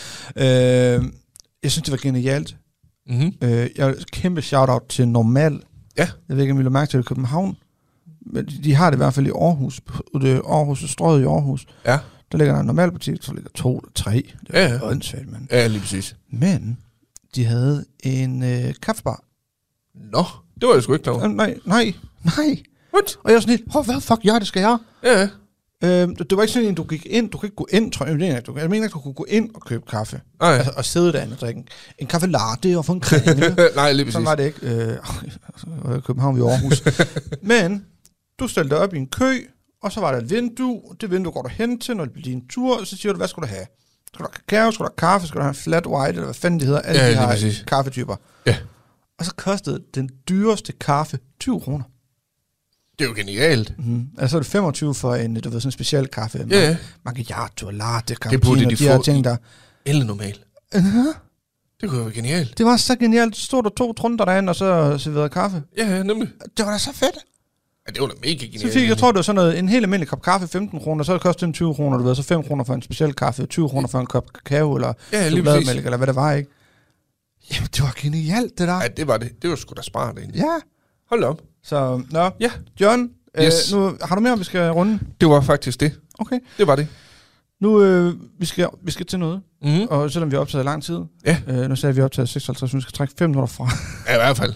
Jeg synes, det var genialt. Jeg har kæmpe shout-out til Normal. Ja. Jeg ved ikke, om I vil mærke til København. Men de har det i hvert fald i Aarhus. Det er Aarhus, strøget i Aarhus. Ja. Der ligger der en normal butik, så ligger 2 eller 3. Det er åndssvagt, mand. Ja, lige præcis. Men de havde en kaffebar. Nå, det var jeg sgu ikke klar over. Nej. What? Og jeg var sådan lidt, hvad fuck, det skal jeg. Ja. Det var ikke sådan en, du gik ind, du kan ikke gå ind, tror jeg. Jeg mener ikke, du kunne gå ind og købe kaffe. Altså, og sidde derinde og drikke en kaffe latte og få en creme. Nej, lige præcis. Sådan var det ikke. København ved Aarhus. Men du stillede dig op i en kø, og så var der et vindue. Det vindue går du hen til, når det bliver din tur, og så siger du, hvad skal du have? Skal du have kakao, skal du have kaffe, skal du have en flat white, eller hvad fanden det hedder, alle de her kaffetyper. Ja. Og så kostede den dyreste kaffe 20 kroner. Det er jo genialt. Altså er det 25 for en, du ved, sådan en speciel kaffe. Ja. Macchiato, latte, cappuccino, de her ting der. Eller normal. Det kunne jo være genialt. Det var så genialt. Så stod der 2 trunder derinde, og så serverede kaffe. Ja, nemlig. Det var da så fedt. Ja, det var da mega genialt. Så fik jeg tror, det var sådan noget, en helt almindelig kop kaffe, 15 kroner, så det kostede 20 kroner, du ved, så 5 kroner for en speciel kaffe, 20 kroner for en kop kakao, eller chokolademælk, eller hvad det var, ikke? Jamen, det var genialt, det der. Ja, det var det. Det var sgu da smart, egentlig. Ja. Hold op. Så, nå. Ja. John, nu, har du mere, vi skal runde? Det var faktisk det. Okay. Det var det. Nu, vi skal til noget, og selvom vi har optaget lang tid, nu sagde vi optaget 56, vi skal trække 5 minutter fra. Ja, i hvert fald.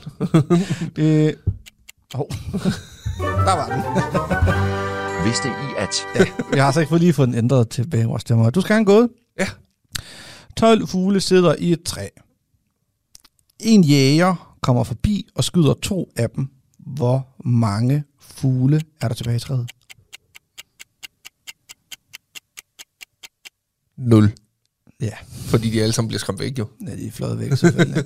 Der var den. Vidste I at... Ja, jeg har så ikke lige fået den ændret til vores stemmer. Du skal have en gåde. Ja. 12 fugle sidder i et træ. En jæger kommer forbi og skyder 2 af dem. Hvor mange fugle er der tilbage i træet? 0. Ja. Fordi de alle sammen bliver skræmt væk, jo. Ja, de er fløjet væk, selvfølgelig.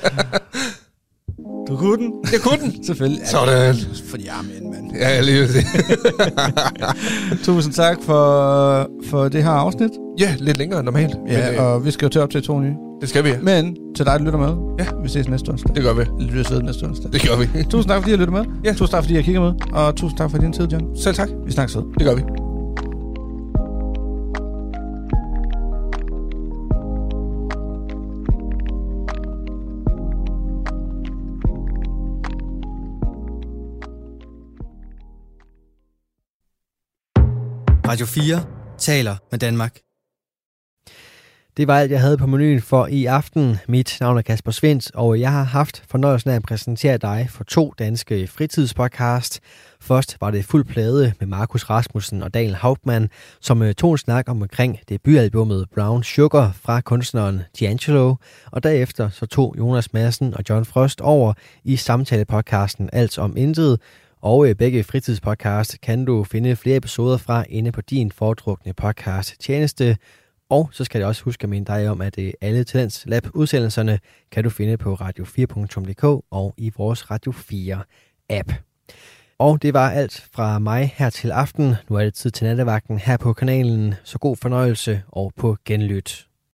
Du kunne den? Jeg kunne den. Selvfølgelig. Sådan. Fordi jeg er med en mand. Ja, lige vil sige. Tusind tak for det her afsnit. Ja, lidt længere end normalt. Ja, men, og vi skal jo til op til 2 nye. Det skal vi, ja. Men til dig, der lytter med. Ja. Vi ses næste onsdag. Det gør vi. Vi lytter næste onsdag. Det gør vi. Tusind tak, fordi I lytter med. Ja. Tusind tak, fordi I kigger med. Og tusind tak for din tid, John. Selv tak. Vi snakkes ved. Det gør vi. Radio 4 taler med Danmark. Det var alt, jeg havde på menuen for i aften. Mit navn er Kasper Svendt, og jeg har haft fornøjelsen af at præsentere dig for 2 danske fritidspodcast. Først var det Fuld Plade med Markus Rasmussen og Daniel Hauptmann, som tog en snak omkring debutalbummet Brown Sugar fra kunstneren D'Angelo. Og derefter så tog Jonas Madsen og John Frost over i samtalepodcasten Alt om Intet. Og begge fritidspodcast kan du finde flere episoder fra inde på din foretrukne podcast tjeneste. Og så skal jeg også huske at minde dig om, at alle Talents Lab-udsendelserne kan du finde på radio4.dk og i vores Radio 4-app. Og det var alt fra mig her til aften. Nu er det tid til nattevagten her på kanalen. Så god fornøjelse og på genlyt.